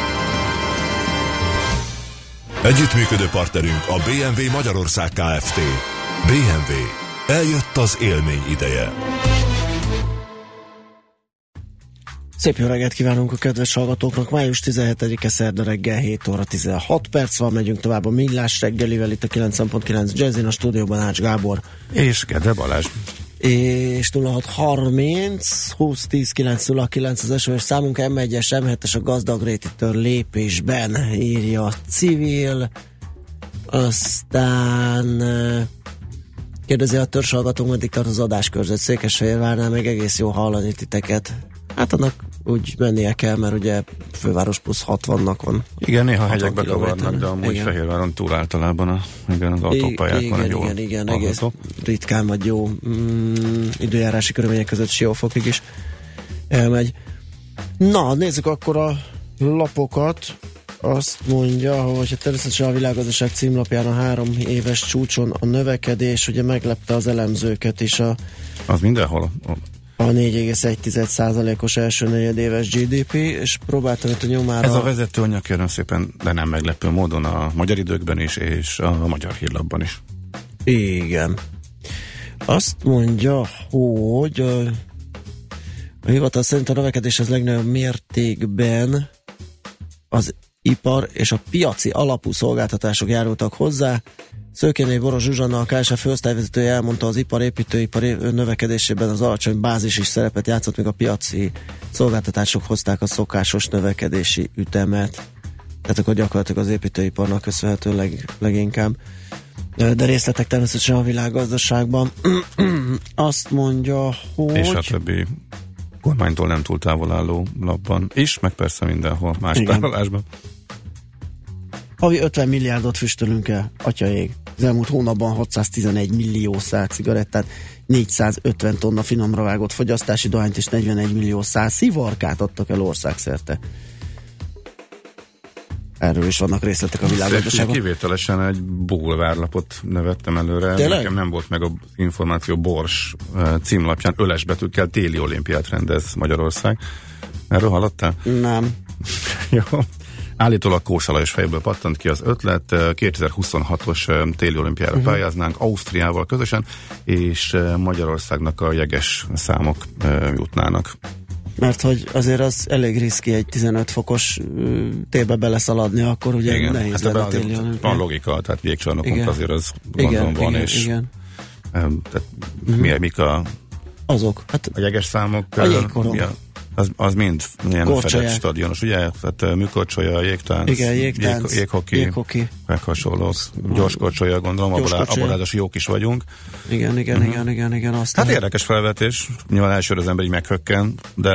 S12: Együttműködő partnerünk a bé em vé Magyarország Kft. bé em vé. Eljött az élmény ideje.
S4: Szép jó reggelt kívánunk a kedves hallgatóknak. május tizenhetedike szerda reggel hét óra tizenhat perc van. Megyünk tovább a Millás reggelivel itt a kilencven pont kilenc Jazzin, a stúdióban Ács Gábor.
S5: És Gede Balázs.
S4: És nulla hat harminc húsz tíz kilenc nulla kilenc az es em es számunk, em egyes em hetes a gazdag rétitől lépésben, írja a civil. Aztán kérdezi a törzshallgatónk, meddig tart az adáskörzet Székesfehérvárnál, még egész jó hallani titeket. Hát annak úgy mennie kell, mert ugye főváros plusz hatvannak van.
S5: Igen, néha hegyekbe kavarnak, de amúgy igen. Fehérváron túl általában a, igen, az autópályákon egy jó
S4: Igen, igen, egész ritkán vagy jó mm, időjárási körülmények között Siófokig is elmegy. Na, nézzük akkor a lapokat. Azt mondja, hogy természetesen a Világgazdaság címlapján a három éves csúcson a növekedés, ugye meglepte az elemzőket is a
S5: az mindenhol
S4: a négy egész egy százalékos első negyedéves gé dé pé, és próbáltam itt a nyomára...
S5: Ez a vezető anyag, kérem szépen, de nem meglepő módon a Magyar Időkben is, és a Magyar Hírlapban is.
S4: Igen. Azt mondja, hogy a, a hivatal szerint a növekedés az legnagyobb mértékben az ipar és a piaci alapú szolgáltatások járultak hozzá. Szőkéné Boros Zsuzsanna, a ká es ef főosztályvezetője elmondta, az ipar építőipar növekedésében az alacsony bázis is szerepet játszott, még a piaci szolgáltatások hozták a szokásos növekedési ütemet. Tehát akkor gyakorlatilag az építőiparnak köszönhető leg, leginkább. De részletek természetesen a Világgazdaságban. Azt mondja, hogy...
S5: És a többi kormánytól nem túl távol álló lapban is, meg persze mindenhol más tárolásban.
S4: Havi ötven milliárdot füstölünk el, atyaég. Az elmúlt hónapban hatszáztizenegy millió szál cigarettát, négyszázötven tonna finomra vágott fogyasztási dohányt és negyvenegy millió szál szivarkát adtak el országszerte. Erről is vannak részletek a Világgazdaságban.
S5: Kivételesen egy bulvárlapot nevettem előre.
S4: Tényleg?
S5: Nekem nem volt meg az információ. Bors címlapján öles betűkkel téli olimpiát rendez Magyarország. Erről hallottál?
S4: Nem.
S5: Jó. Állítólag Kósa Lajos fejből pattant ki az ötlet, kétezer-huszonhatos téli olimpiára uh-huh. pályáznánk Ausztriával közösen, és Magyarországnak a jeges számok jutnának.
S4: Mert hogy azért az elég riszki egy tizenöt fokos télbe beleszaladni, akkor ugye igen, nehéz
S5: hát
S4: lenne a téli olimpiát.
S5: Van logika, tehát jégcsarnokunk
S4: igen.
S5: azért az
S4: igen,
S5: gondolom van,
S4: igen,
S5: és
S4: igen.
S5: Tehát uh-huh. mi, mik a
S4: azok? Hát
S5: a jeges számok?
S4: A jégkorom.
S5: Az, az mind ilyen fedett stadionos, ugye? Tehát műkorcsolya, jégtánc,
S4: igen, jégtánc,
S5: jég, jéghoki,
S4: jéghoki,
S5: meg hasonlók. Gyorskorcsolya, gondolom, abból ráadásul jók is vagyunk.
S4: Igen, igen, uh-huh. igen, igen, igen. Aztán
S5: hát érdekes felvetés. Nyilván elsőre az ember így meghökken, de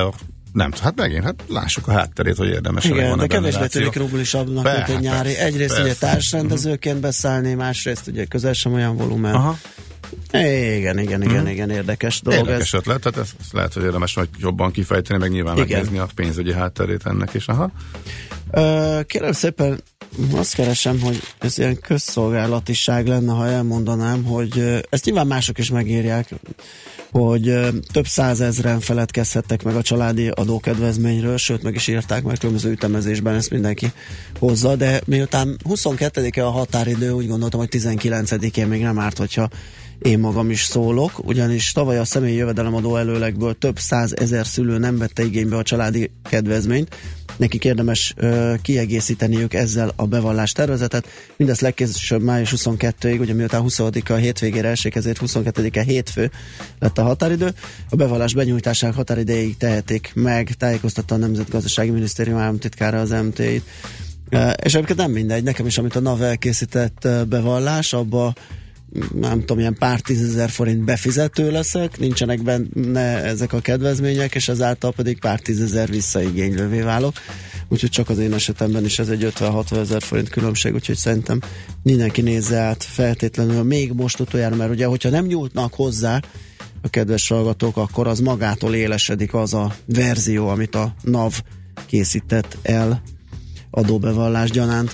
S5: Nem, hát megint, hát lássuk a hátterét, hogy érdemes.
S4: Igen, de kevésbé tűnik ruglisabbnak, mint egy nyári. Egyrészt persze. Ugye társrendezőként beszállni, másrészt ugye közel sem olyan volumen. Aha. Igen, igen, igen, hmm. igen, érdekes dolog.
S5: Érdekes ez. Ötlet, tehát ezt, ezt lehet, hogy érdemes majd jobban kifejteni, meg nyilván igen. megnézni a pénzügyi hátterét ennek is. Aha.
S4: Uh, kérem szépen, azt keresem, hogy ez ilyen közszolgálatiság lenne, ha elmondanám, hogy uh, ezt nyilván mások is megírják, hogy uh, több százezren feledkezhettek meg a családi adókedvezményről, sőt meg is írták, mert különböző ütemezésben ezt mindenki hozza, de miután huszonkettedike a határidő, úgy gondoltam, hogy tizenkilencedikén még nem árt, hogyha én magam is szólok, ugyanis tavaly a személyi jövedelemadó előlegből több százezer szülő nem vette igénybe a családi kedvezményt. Nekik érdemes uh, kiegészíteniük ezzel a bevallás tervezetet. Mindezt legkésőbb május huszonkettedikéig, ugye miután huszonhadika a hétvégére esik, ezért huszonkettedike hétfő lett a határidő. A bevallás benyújtásának határidejéig tehetik meg, tájékoztatta a Nemzetgazdasági Minisztérium államtitkára az em té i-t. Uh, és egyébként nem mindegy, nekem is, amit a NAV elkészített uh, bevallás, abba nem tudom, ilyen pár tízezer forint befizető leszek, nincsenek benne ezek a kedvezmények, és ezáltal pedig pár tízezer visszaigénylővé válok. Úgyhogy csak az én esetemben is ez egy ötven-hatvan ezer forint különbség, úgyhogy szerintem mindenki nézze át feltétlenül még most utoljára, mert ugye, hogyha nem nyújtnak hozzá a kedves hallgatók, akkor az magától élesedik az a verzió, amit a NAV készített el adóbevallás gyanánt.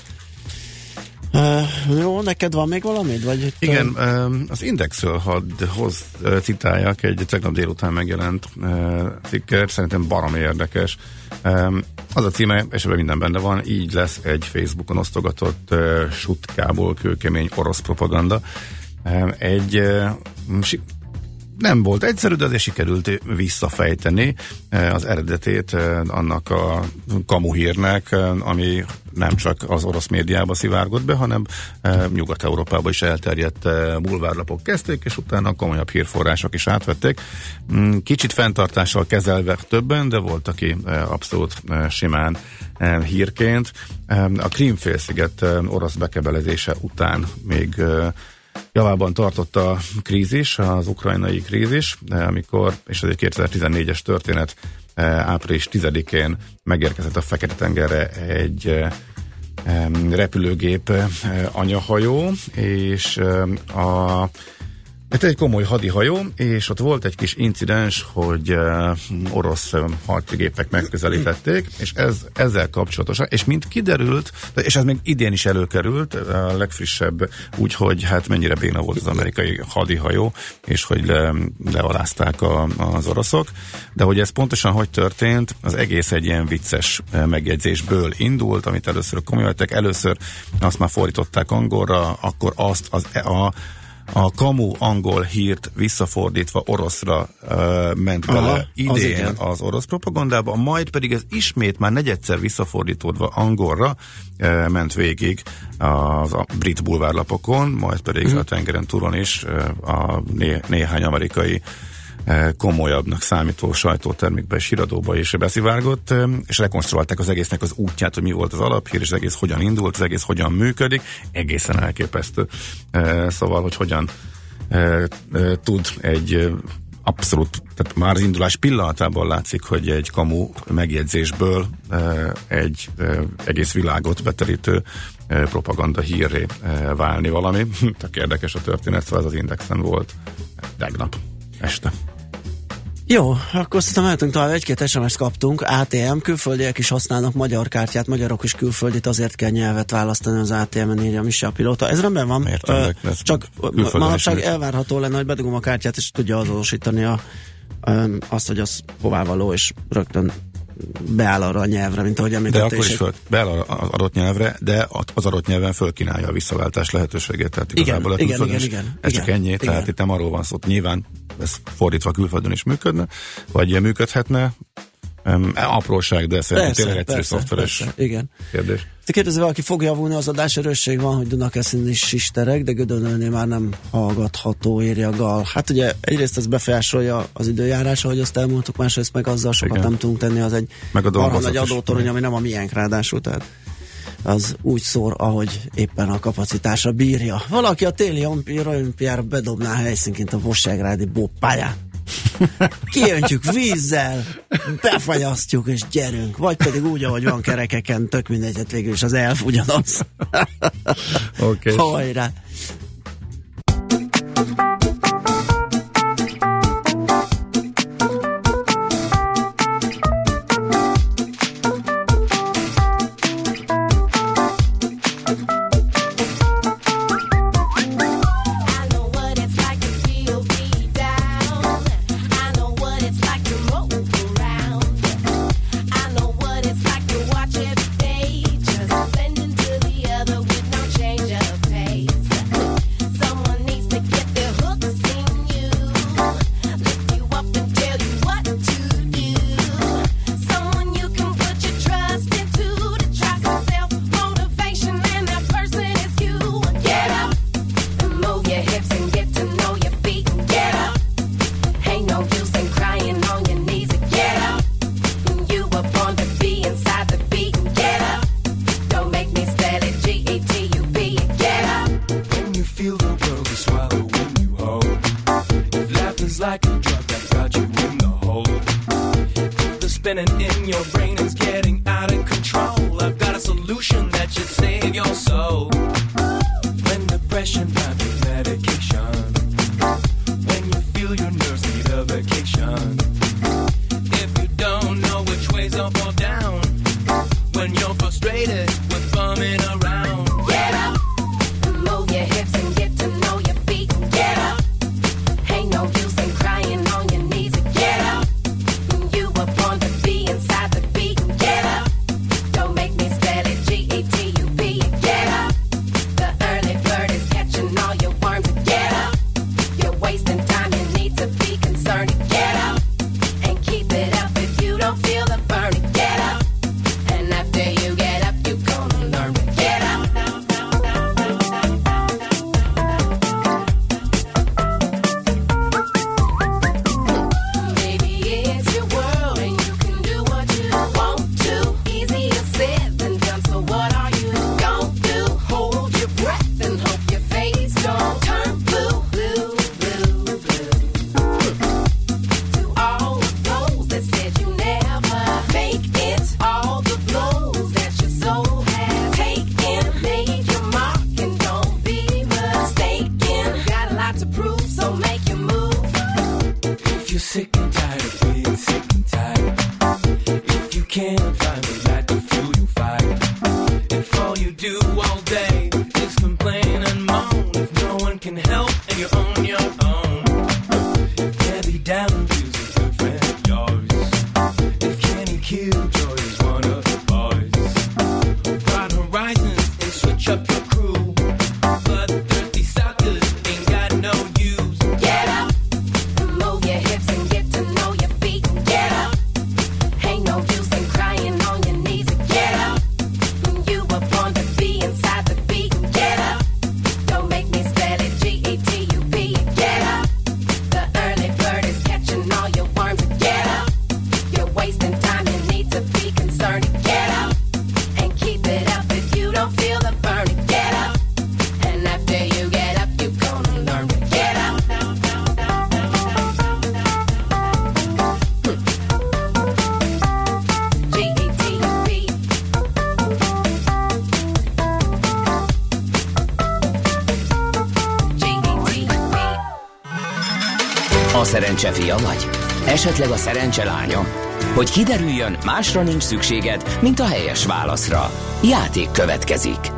S4: Uh, jó, neked van még valamit? Vagy
S5: igen, uh, az Indexről hadd hoz uh, citáljak egy tegnap délután megjelent uh, cikket, szerintem baromi érdekes. Um, az a címe, és ebben minden benne van, így lesz egy Facebookon osztogatott uh, sutkából kőkemény orosz propaganda. Um, egy uh, si- nem volt egyszerű, de azért sikerült visszafejteni az eredetét annak a kamuhírnek, ami nem csak az orosz médiába szivárgott be, hanem Nyugat-Európába is elterjedt bulvárlapok kezdték, és utána komolyabb hírforrások is átvették. Kicsit fenntartással kezelve többen, de volt, aki abszolút simán hírként. A Krím-félsziget orosz bekebelezése után még javában tartott a krízis, az ukrajnai krízis, amikor, és ez egy kétezer-tizennégyes történet, április tizedikén megérkezett a Fekete-tengerre egy repülőgép anyahajó, és a Ez egy komoly hadihajó, és ott volt egy kis incidens, hogy uh, orosz uh, harcigépek megközelítették, és ez, ezzel kapcsolatosan, és mint kiderült, és ez még idén is előkerült, a legfrissebb, úgyhogy hát mennyire béna volt az amerikai hadihajó, és hogy le, lealázták a, az oroszok, de hogy ez pontosan hogy történt, az egész egy ilyen vicces megjegyzésből indult, amit először komolyolták, először azt már fordították angolra, akkor azt az, a a kamu angol hírt visszafordítva oroszra uh, ment bele Aha, idén az, az orosz propagandába, majd pedig ez ismét már negyedszer visszafordítódva angolra uh, ment végig az a brit bulvárlapokon, majd pedig uh-huh. a tengeren túlon is uh, a né- néhány amerikai komolyabbnak számító sajtótermékbe és híradóba is beszivárgott, és rekonstruálták az egésznek az útját, hogy mi volt az alaphír, és az egész hogyan indult, az egész hogyan működik, egészen elképesztő. Szóval, hogy hogyan tud egy abszolút, tehát már az indulás pillanatában látszik, hogy egy kamu megjegyzésből egy egész világot beterítő propaganda hírré válni valami. Tök érdekes a történet, szóval ez az Indexen volt tegnap este.
S4: Jó, akkor szerintem mehetünk tovább, egy-két es em es-t kaptunk, á té em, külföldiek is használnak magyar kártyát, magyarok is külföldit, azért kell nyelvet választani az á té em-en, írja Misi a pilóta. Ez rendben van,
S5: Értem,
S4: ö, csak manapság elvárható lenne, hogy bedugom a kártyát, és tudja azonosítani a, ö, azt, hogy az hová való, és rögtön beáll arra a nyelvre, mint ahogy említette.
S5: De akkor is föl, beáll az adott nyelvre, de az adott nyelven fölkínálja a visszaváltás lehetőségét. Tehát igazából
S4: igen, igen, igen, igen,
S5: ez
S4: igen,
S5: csak ennyi, igen. Tehát itt nem arról van szó, nyilván ez fordítva külföldön is működne, vagy működhetne. Um, apróság, de szerintem tényleg egyszerű szoftveres
S4: persze, igen.
S5: kérdés.
S4: Te kérdezi, valaki fog javulni az adás, erősség van, hogy Dunakeszin is sistereg, de Gödöllőnél már nem hallgatható, írja Gal. Hát ugye egyrészt ez befolyásolja az időjárás, ahogy azt elmondtuk, másrészt meg azzal sokat igen. nem tudunk tenni, az egy arra nagy adótorony, ami nem a miénk ráadásul, tehát az úgy szór, ahogy éppen a kapacitása bírja. Valaki a téli olimpiára bedobná helyszínként a Vosságrádi boppáját. kiöntjük vízzel, befagyasztjuk és gyerünk, vagy pedig úgy, ahogy van kerekeken, tök mindegy, hát végül is az elf ugyanaz.
S5: Oké. Okay.
S4: Hajrá!
S1: A szerencse fia vagy? Esetleg a szerencse lánya? Hogy kiderüljön, másra nincs szükséged, mint a helyes válaszra. Játék következik.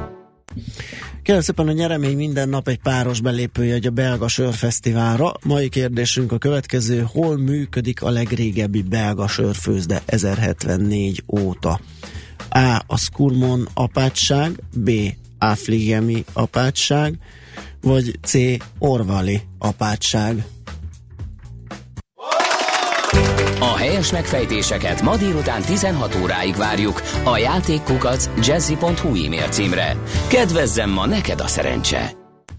S4: Kérem szépen, a nyeremény minden nap egy páros belépőjegy a belga sörfesztiválra. Mai kérdésünk a következő: hol működik a legrégebbi belga sörfőzde ezerhetvennégy óta? A. A Skurmon apátság, B. Affligemi apátság, vagy C. Orvali apátság?
S1: A helyes megfejtéseket ma délután tizenhat óráig várjuk a játékkukac jazzy pont hu e-mail címre. Kedvezzem ma neked a szerencse!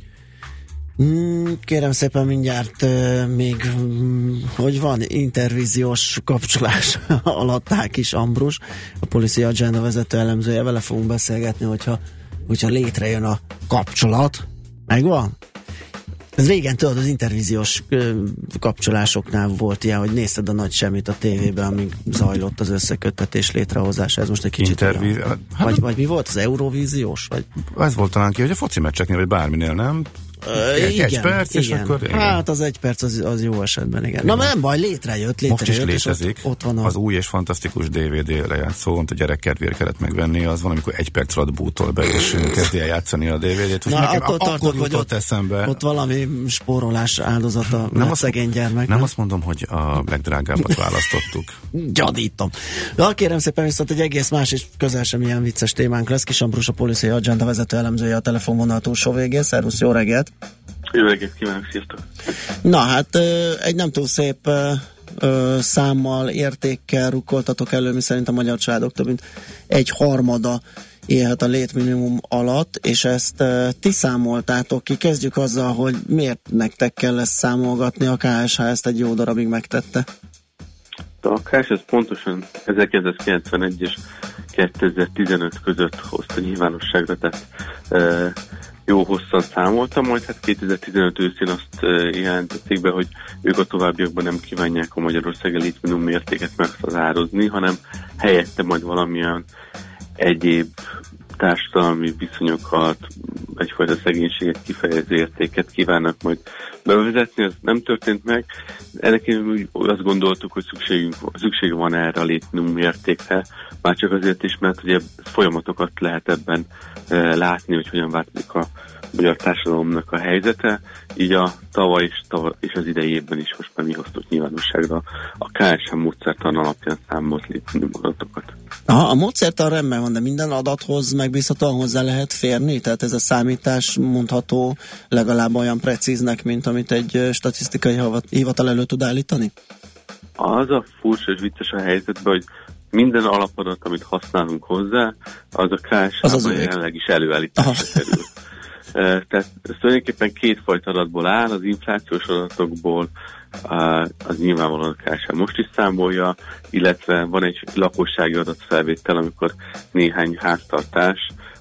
S4: Kérem szépen, mindjárt uh, még, um, hogy van, intervíziós kapcsolás alatt Ákis Ambrus, a Policy Agenda vezető elemzője, vele fogunk beszélgetni, hogyha, hogyha létrejön a kapcsolat. Megvan? Ez régen tudod, az intervíziós ö, kapcsolásoknál volt ilyen, hogy nézted a nagy semmit a tévében, amíg zajlott az összeköttetés létrehozása. Ez most egy kicsit
S5: Intervíz...
S4: olyan.
S5: Hát,
S4: vagy, vagy mi volt? Az Eurovíziós? Vagy...
S5: Ez volt talán ki, hogy a foci meccseknél, vagy bárminél, nem?
S4: Ö,
S5: egy,
S4: igen,
S5: egy perc,
S4: igen.
S5: és akkor... Igen.
S4: Hát az egy perc az, az jó esetben, igen. igen. Na nem baj, létrejött, létrejött.
S5: Most is létezik.
S4: Ott, ott van a...
S5: Az új és fantasztikus dé vé dé lejátszó, amit a gyerek kedvéért kellett megvenni, az van, amikor egy perc alatt bútol be, és kezdi el játszani a dé vé dét.
S4: Na,
S5: nekem
S4: attól tartok, hogy ott,
S5: eszembe.
S4: ott valami spórolás áldozata nem szegény gyermek.
S5: Nem azt mondom, hogy a legdrágábbat választottuk.
S4: Gyanítom. Na, kérem szépen, viszont egy egész más és közel sem ilyen vicces témánk lesz. Kis Ambrus, a Policy Agenda vezető elemzője a telefonvonal túlsó végén. Szervusz, jó reggelt!
S13: Jó reggelt kívánok, sziasztok!
S4: Na hát egy nem túl szép számmal, értékkel rukkoltatok elő, mi szerint a magyar családok több mint egy harmada élhet a létminimum alatt, és ezt ti számoltátok ki. Kezdjük azzal, hogy miért nektek kell ezt számolgatni, a ká es há ezt egy jó darabig megtette.
S13: A ká es há pontosan ezerkilencszázkilencvenegy és kétezer-tizenöt között hozta nyilvánosságra, tehát e, jó hosszan számoltam, majd hát kétezer-tizenöt őszén azt e, jelentették be, hogy ők a továbbiakban nem kívánják a Magyarországi létminimum mértéket meghatározni, hanem helyette majd valamilyen egyéb társadalmi viszonyokat, egyfajta szegénységet kifejező értéket kívánnak majd bevezetni, ez nem történt meg. Ennek én azt gondoltuk, hogy szükségünk, szükség van erre a létminimum értékre, már csak azért is, mert ugye folyamatokat lehet ebben e, látni, hogy hogyan változik a magyar társadalomnak a helyzete, így a tavaly és, tavaly és az idei évben is most már mi hoztuk nyilvánosságra a ká es há módszertan alapján számolt létminimum adatokat.
S4: Aha, a módszertan rendben van, de minden adathoz megbízhatóan hozzá lehet férni? Tehát ez a számítás mondható legalább olyan precíznek, mint amit egy statisztikai hivatal elő tud állítani?
S13: Az a furcsa és vicces a helyzetben, hogy minden alapadat, amit használunk hozzá, az a ká es há-ban jelenleg is előállításra kerül. Uh, tehát ez tulajdonképpen kétfajta adatból áll, az inflációs adatokból, uh, az nyilvánvalóan a ká es há most is számolja, illetve van egy lakossági adatfelvétel, amikor néhány háztartás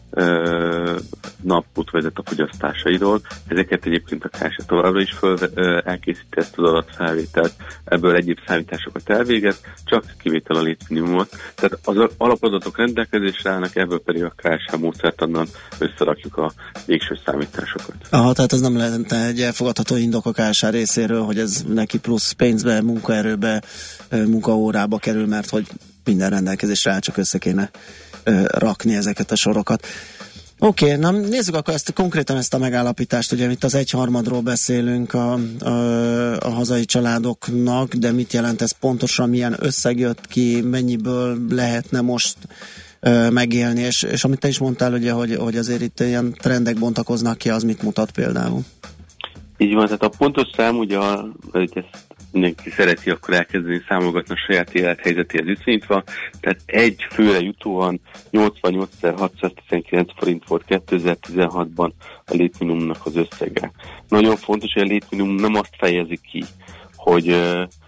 S13: uh, napot vezet a fogyasztásairól. Ezeket egyébként a ká es há továbbra is föl, uh, elkészíti ezt az adatfelvételt, ebből egyéb számításokat elvégez, csak kivétel a létminimumot. Tehát az alapadatok rendelkezésre állnak, ebből pedig a ká es há módszertannal összerakjuk a végső számításokat.
S4: Aha, tehát ez nem lehet egy elfogadható indok a ká es há részéről, hogy ez neki plusz pénzbe, munkaerőbe, munkaórába kerül, mert hogy minden rendelkezésre áll, csak össze kéne rakni ezeket a sorokat. Oké, okay, na nézzük akkor ezt, konkrétan ezt a megállapítást, ugye itt az egyharmadról beszélünk a, a, a hazai családoknak, de mit jelent ez pontosan, milyen összeg jött ki, mennyiből lehetne most ö, megélni, és, és amit te is mondtál, ugye, hogy, hogy azért itt ilyen trendek bontakoznak ki, az mit mutat például?
S13: Így van, tehát a pontos szám, ugye, hogy ezt mindenki szereti akkor elkezdeni számolgatni a saját élethelyzetéhez viszonyítva, tehát egy főre jutóan nyolcvannyolcezer-hatszáztizenkilenc forint volt kétezer-tizenhatban a létminimumnak az összege. Nagyon fontos, hogy a létminimum nem azt fejezi ki, hogy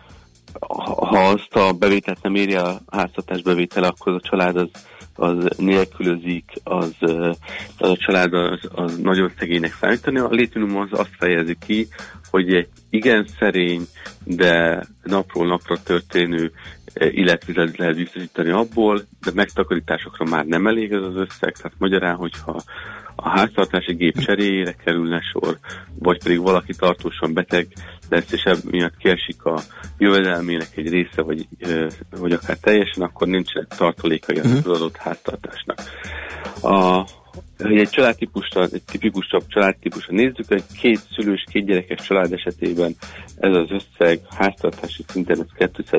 S13: ha azt a bevételt nem éri a háztartás bevétele, akkor a család az, az nélkülözik, az, az a család az, az nagyon szegénynek számítani. A létminimum az azt fejezi ki, hogy egy igen szerény, de napról napra történő életvizet lehet biztosítani abból, de megtakarításokra már nem elég ez az összeg, tehát magyarán, hogyha a háztartási gép cseréjére kerülne sor, vagy pedig valaki tartósan beteg lesz, és emiatt kiesik a jövedelmének egy része, vagy, vagy akár teljesen, akkor nincsenek tartalékai az adott háztartásnak. A hogy egy családtípusra, egy tipikusabb családtípusra nézzük, egy két szülős, két gyerekes család esetében ez az összeg háztartási szinten ez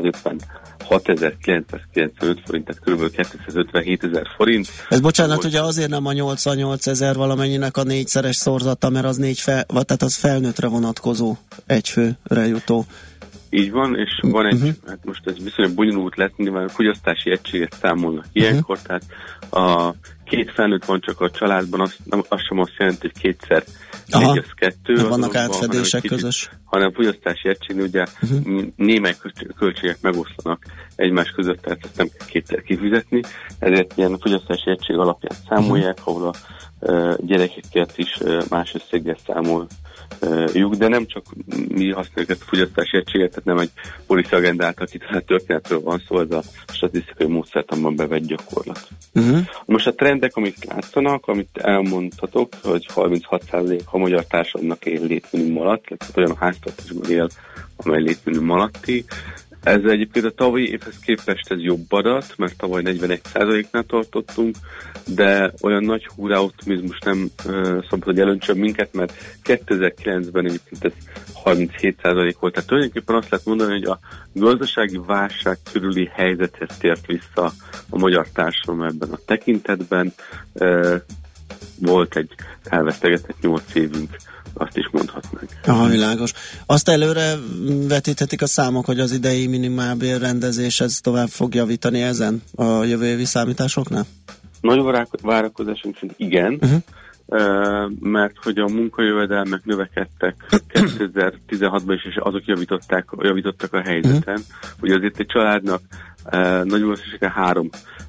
S13: kétszázötvenhatezer-kilencszázkilencvenöt forint, tehát kb. kétszázötvenhétezer forint.
S4: Ez bocsánat, volt. Ugye azért nem a nyolcvannyolcezer valamennyinek a négyszeres szorzata, mert az négy fel, vagy tehát az felnőttre vonatkozó egyfőre jutó.
S13: Így van, és van egy, uh-huh. hát most ez viszonylag bonyolult lesz, nyilván fogyasztási egységet számolnak ilyenkor, uh-huh. tehát a két felnőtt van csak a családban, az, nem, az sem azt jelenti, hogy kétszer négy az kettő.
S4: Nem vannak átfedések hanem közös.
S13: Hanem fogyasztási egységnél ugye uh-huh. némely költségek megoszlanak egymás között, tehát ezt nem kell kétszer kifizetni, ezért ilyen fogyasztási egység alapján számolják, uh-huh. ahol a gyerekeket is más összeggel számoljuk, de nem csak mi használjuk ezt a fogyasztási egységet, tehát nem egy policy agenda által kitalált történetről van szó, ez a statisztikai módszertanban bevett gyakorlat. Uh-huh. Most a trendek, amik látszanak, amit elmondhatok, hogy harminchat százalék a magyar társadalomnak él létminimum alatt, tehát olyan a háztartásban él, amely létminimum alatti. Ez egyébként a tavalyi évhez képest ez jobb adat, mert tavaly negyvenegy százaléknál tartottunk, de olyan nagy hurrá optimizmus nem uh, szabad, hogy elöntsön minket, mert kétezer-kilencben egyébként ez harminchét százalék volt. Tehát tulajdonképpen azt lehet mondani, hogy a gazdasági válság körüli helyzethez tért vissza a magyar társadalom ebben a tekintetben. Uh, volt egy elvesztegetett nyolc évünk, azt is mondhatnánk.
S4: Aha, világos. Azt előre vetíthetik a számok, hogy az idei minimálbér rendezés ez tovább fog javítani ezen a jövő évi számításoknál?
S13: Nagy várakozásunk szerint igen, uh-huh. mert hogy a munkajövedelmek növekedtek kétezer-tizenhatban is, és azok javították, javítottak a helyzeten. Uh-huh. Ugye azért egy családnak nagy valószínűséggel három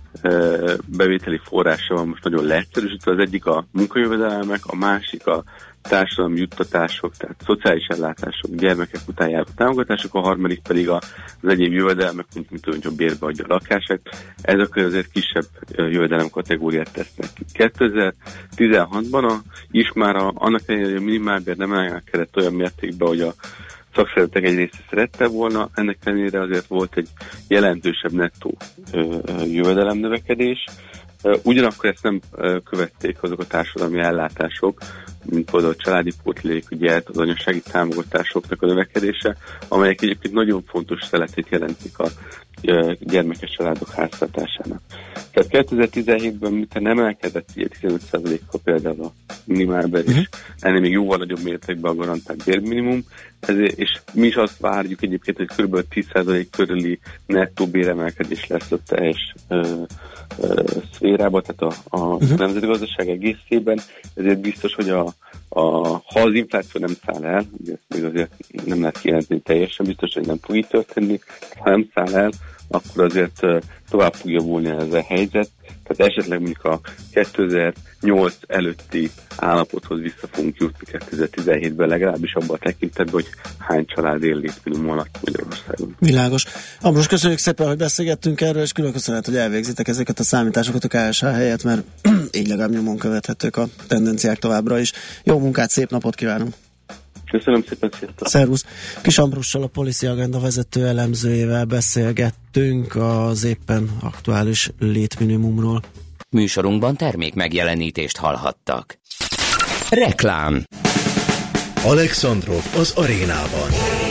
S13: bevételi forrása van most nagyon leegyszerűsítve. Az egyik a munkajövedelmek, a másik a társadalmi juttatások, tehát szociális ellátások, gyermekek után járó támogatások, a harmadik pedig az egyéb jövedelmek, mint, mint hogy a bérbe adja a lakását. Ezek azért kisebb jövedelem kategóriát tesznek ki. kétezer-tizenhatban a, is már a, annak ellenére, hogy a minimálbér nem emelkedett olyan mértékben, hogy a szakszervezetek egy része szerette volna, ennek ellenére azért volt egy jelentősebb nettó jövedelem növekedés. Ugyanakkor ezt nem követték azok a társadalmi ellátások, mint például a családi pótlék, ugye az anyasági támogatásoknak a növekedése, amelyek egyébként nagyon fontos szeletét jelentik a gyermekes családok háztartásának. Tehát kétezer-tizenhétben, mint nem emelkedett tizenöt százalékkal például a minimálbér, és ennél még jóval nagyobb mértékben a garantált bérminimum, ezért, és mi is azt várjuk egyébként, hogy kb. tíz százalék körüli nettó béremelkedés lesz a teljes ö, ö, szférában, tehát a, a uh-huh. nemzeti gazdaság egészében, ezért biztos, hogy a, a, ha az infláció nem száll el, ugye ezt még azért nem lehet kijelenteni teljesen, biztos, hogy nem fog így történni, ha nem száll el, akkor azért tovább fog javulni ez a helyzet. Tehát esetleg mondjuk a kétezer-nyolc előtti állapothoz vissza fogunk jutni kétezer-tizenhétben, legalábbis abban a tekintetben, hogy hány család él létminimum alatt Magyarországon.
S4: Világos. Ambrus, köszönjük szépen, hogy beszélgettünk erről, és külön köszönet, hogy elvégzitek ezeket a számításokat a ká es há helyett, mert így legalább nyomon követhetők a tendenciák továbbra is. Jó munkát, szép napot kívánunk!
S13: Köszönöm szépen, sziasztok!
S4: Szervusz! Kis Ambrussal, a Policy Agenda vezető elemzőjével beszélgettünk az éppen aktuális létminimumról.
S1: Műsorunkban termék megjelenítést hallhattak. Reklám.
S8: Alexandrov az arénában.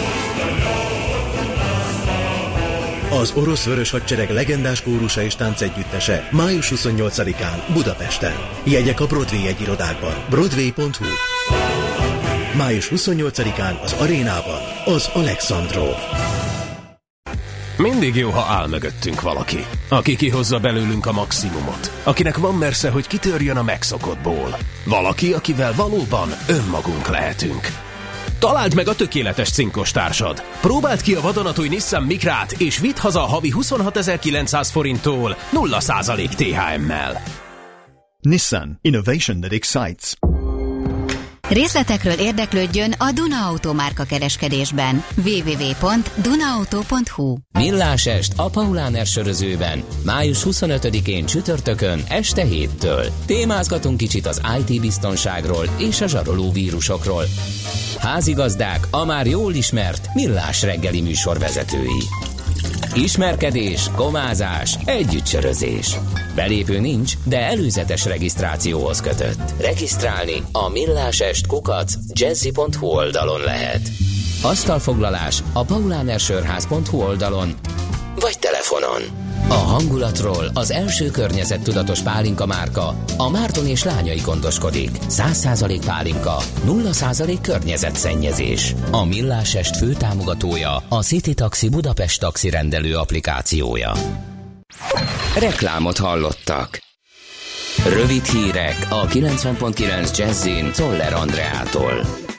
S8: Az orosz vörös hadsereg legendás kórusa és táncegyüttese május huszonnyolcadikán Budapesten. Jegyek a Broadway egyirodákban. broadway pont hu. május huszonnyolcadikán az arénában az Alexandrov.
S14: Mindig jó, ha áll mögöttünk valaki, aki kihozza belőlünk a maximumot, akinek van mersze, hogy kitörjön a megszokottból. Valaki, akivel valóban önmagunk lehetünk. Találd meg a tökéletes cinkos társad. Próbáld ki a vadonatúj Nissan Micrát, és vidd haza a havi huszonhatezer-kilencszáz forinttól nulla százalék té há em-mel.
S15: Nissan. Innovation that excites.
S6: Részletekről érdeklődjön a Duna Auto márka kereskedésben. double-u double-u double-u pont duna auto pont hu.
S1: Millás est a Pauláner sörözőben május huszonötödikén csütörtökön este héttől. Témázgatunk kicsit az í té biztonságról és a zsaroló vírusokról. Házigazdák a már jól ismert Millás reggeli műsorvezetői. Ismerkedés, komázás, együttsörözés. Belépő nincs, de előzetes regisztrációhoz kötött. Regisztrálni a millásest kukac jazzy pont hu oldalon lehet. Asztalfoglalás a paulanersörház pont hu oldalon vagy telefonon. A hangulatról az első környezettudatos pálinka márka, a Márton és lányai gondoskodik. száz százalék pálinka, nulla százalék környezetszennyezés. A Millásest főtámogatója a City Taxi Budapest taxi rendelő applikációja. Reklámot hallottak. Rövid hírek a kilencven pont kilenc Jazzin Czoller Andreától.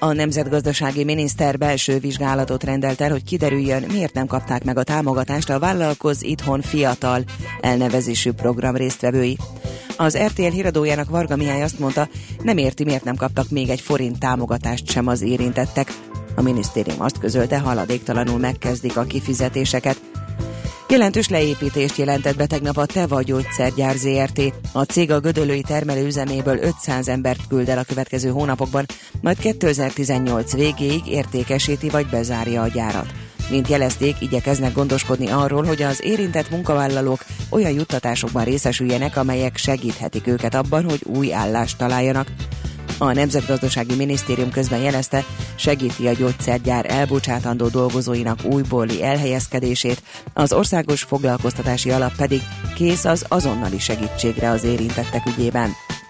S9: A nemzetgazdasági miniszter belső vizsgálatot rendelt el, hogy kiderüljön, miért nem kapták meg a támogatást a Vállalkozz Itthon Fiatal elnevezésű program résztvevői. Az er té el híradójának Varga Mihály azt mondta, nem érti, miért nem kaptak még egy forint támogatást sem az érintettek. A minisztérium azt közölte, haladéktalanul megkezdik a kifizetéseket. Jelentős leépítést jelentett be tegnap a Teva Gyógyszergyár zé er té. A cég a gödöllői termelőüzeméből ötszáz embert küld el a következő hónapokban, majd kétezer-tizennyolc végéig értékesíti vagy bezárja a gyárat. Mint jelezték, igyekeznek gondoskodni arról, hogy az érintett munkavállalók olyan juttatásokban részesüljenek, amelyek segíthetik őket abban, hogy új állást találjanak. A Nemzetgazdasági Minisztérium közben jelezte, segíti a gyógyszergyár elbocsátandó dolgozóinak újbóli elhelyezkedését, az Országos Foglalkoztatási Alap pedig kész az azonnali segítségre az érintettek ügyében.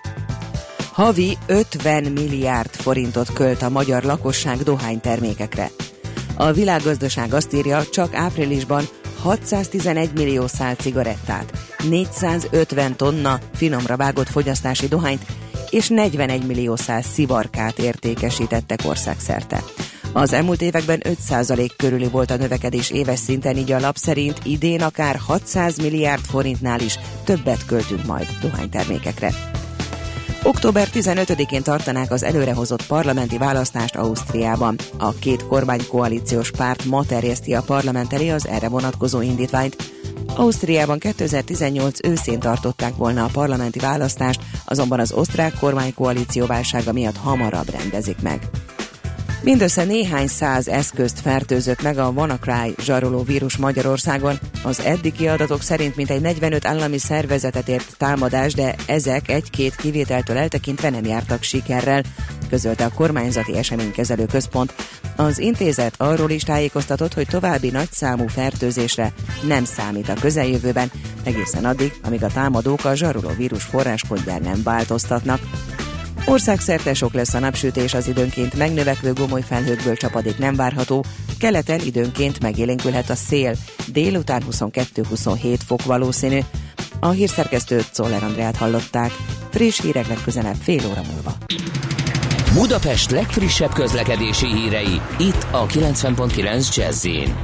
S9: Havi ötven milliárd forintot költ a magyar lakosság dohánytermékekre. A Világgazdaság azt írja, csak áprilisban hatszáztizenegy millió szál cigarettát, négyszázötven tonna finomra vágott fogyasztási dohányt és negyvenegy millió szál szivarkát értékesítettek országszerte. Az elmúlt években öt százalék körüli volt a növekedés éves szinten, így a lap szerint idén akár hatszáz milliárd forintnál is többet költünk majd dohánytermékekre. október tizenötödikén tartanák az előrehozott parlamenti választást Ausztriában. A két kormánykoalíciós párt ma terjeszti a parlament elé az erre vonatkozó indítványt. Ausztriában kétezer-tizennyolc őszén tartották volna a parlamenti választást, azonban az osztrák kormánykoalíció válsága miatt hamarabb rendezik meg. Mindössze néhány száz eszközt fertőzött meg a WannaCry zsaroló vírus Magyarországon. Az eddigi adatok szerint mintegy negyvenöt állami szervezetet ért támadás, de ezek egy-két kivételtől eltekintve nem jártak sikerrel, közölte a kormányzati eseménykezelő központ. Az intézet arról is tájékoztatott, hogy további nagyszámú fertőzésre nem számít a közeljövőben, egészen addig, amíg a támadók a zsaroló vírus forráskódján nem változtatnak. Országszerte sok lesz a napsütés, az időnként megnövekvő gomoly felhőkből csapadék nem várható, keleten időnként megélénkülhet a szél, délután huszonkettő-huszonhét fok valószínű. A hírszerkesztőt, Czoller Andreát hallották. Friss hírek legközelebb fél óra múlva.
S1: Budapest legfrissebb közlekedési hírei, itt a kilencven pont kilenc Jazz-in.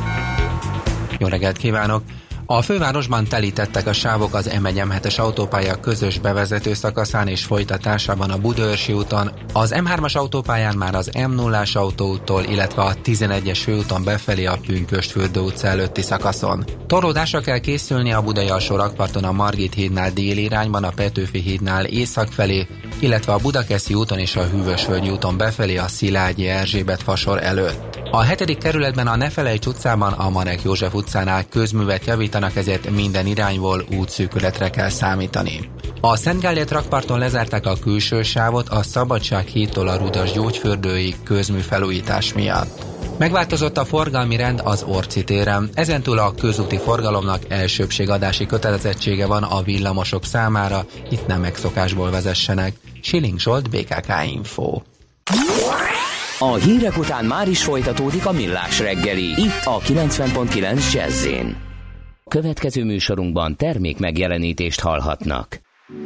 S16: Jó reggelt kívánok! A fővárosban telítettek a sávok az M egy M hetes autópálya közös bevezető szakaszán és folytatásában a Budaörsi úton, az M hármas autópályán már az M nullás autóúttól, illetve a tizenegyes főúton befelé a Pünkösdfürdő utca előtti szakaszon. Torlódásra kell készülni a Budai alsó rakparton a Margit hídnál déli irányban, a Petőfi hídnál észak felé, illetve a Budakeszi úton és a Hűvösvölgyi úton befelé a Szilágyi Erzsébet fasor előtt. A hetedik kerületben a Nefelejts utcában, a Marek József utcánál közművet javítanak, ezért minden irányból útszűkületre kell számítani. A Szent Gellért rakparton lezárták a külső sávot a Szabadság hídtól a Rudas gyógyfürdőig közmű felújítás miatt. Megváltozott a forgalmi rend az Orci téren, ezentúl a közúti forgalomnak elsőbbségadási kötelezettsége van a villamosok számára, itt nem megszokásból vezessenek. Schilling Zsolt, bé ká ká Info.
S1: A hírek után már is folytatódik a Millás reggeli, itt a kilencven pont kilenc Jazz-in. Következő műsorunkban termék megjelenítést hallhatnak.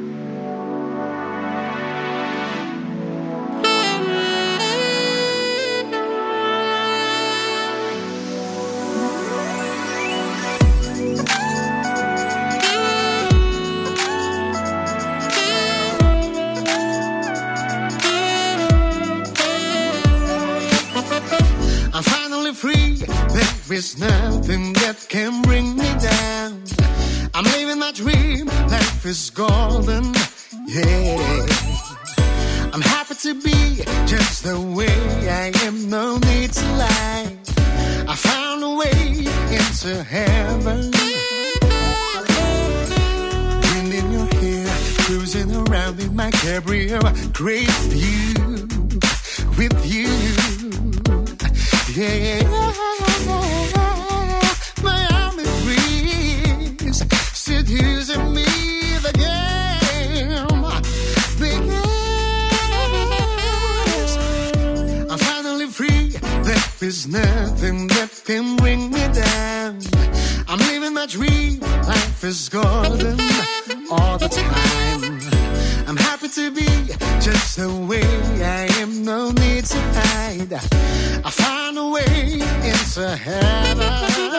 S17: There's nothing that can bring me down. I'm living my dream, life is golden, yeah. I'm happy to be just the way I am, no need to lie. I found a way into heaven. Wind in your hair, cruising around in my Cabrio. Great view with you, yeah. Miami breeze seducing me, the game begins. I'm finally free, there is nothing that can bring me down. I'm living my dream, life is golden all the time. I'm happy to be just the way I am, no need to hide. into heaven.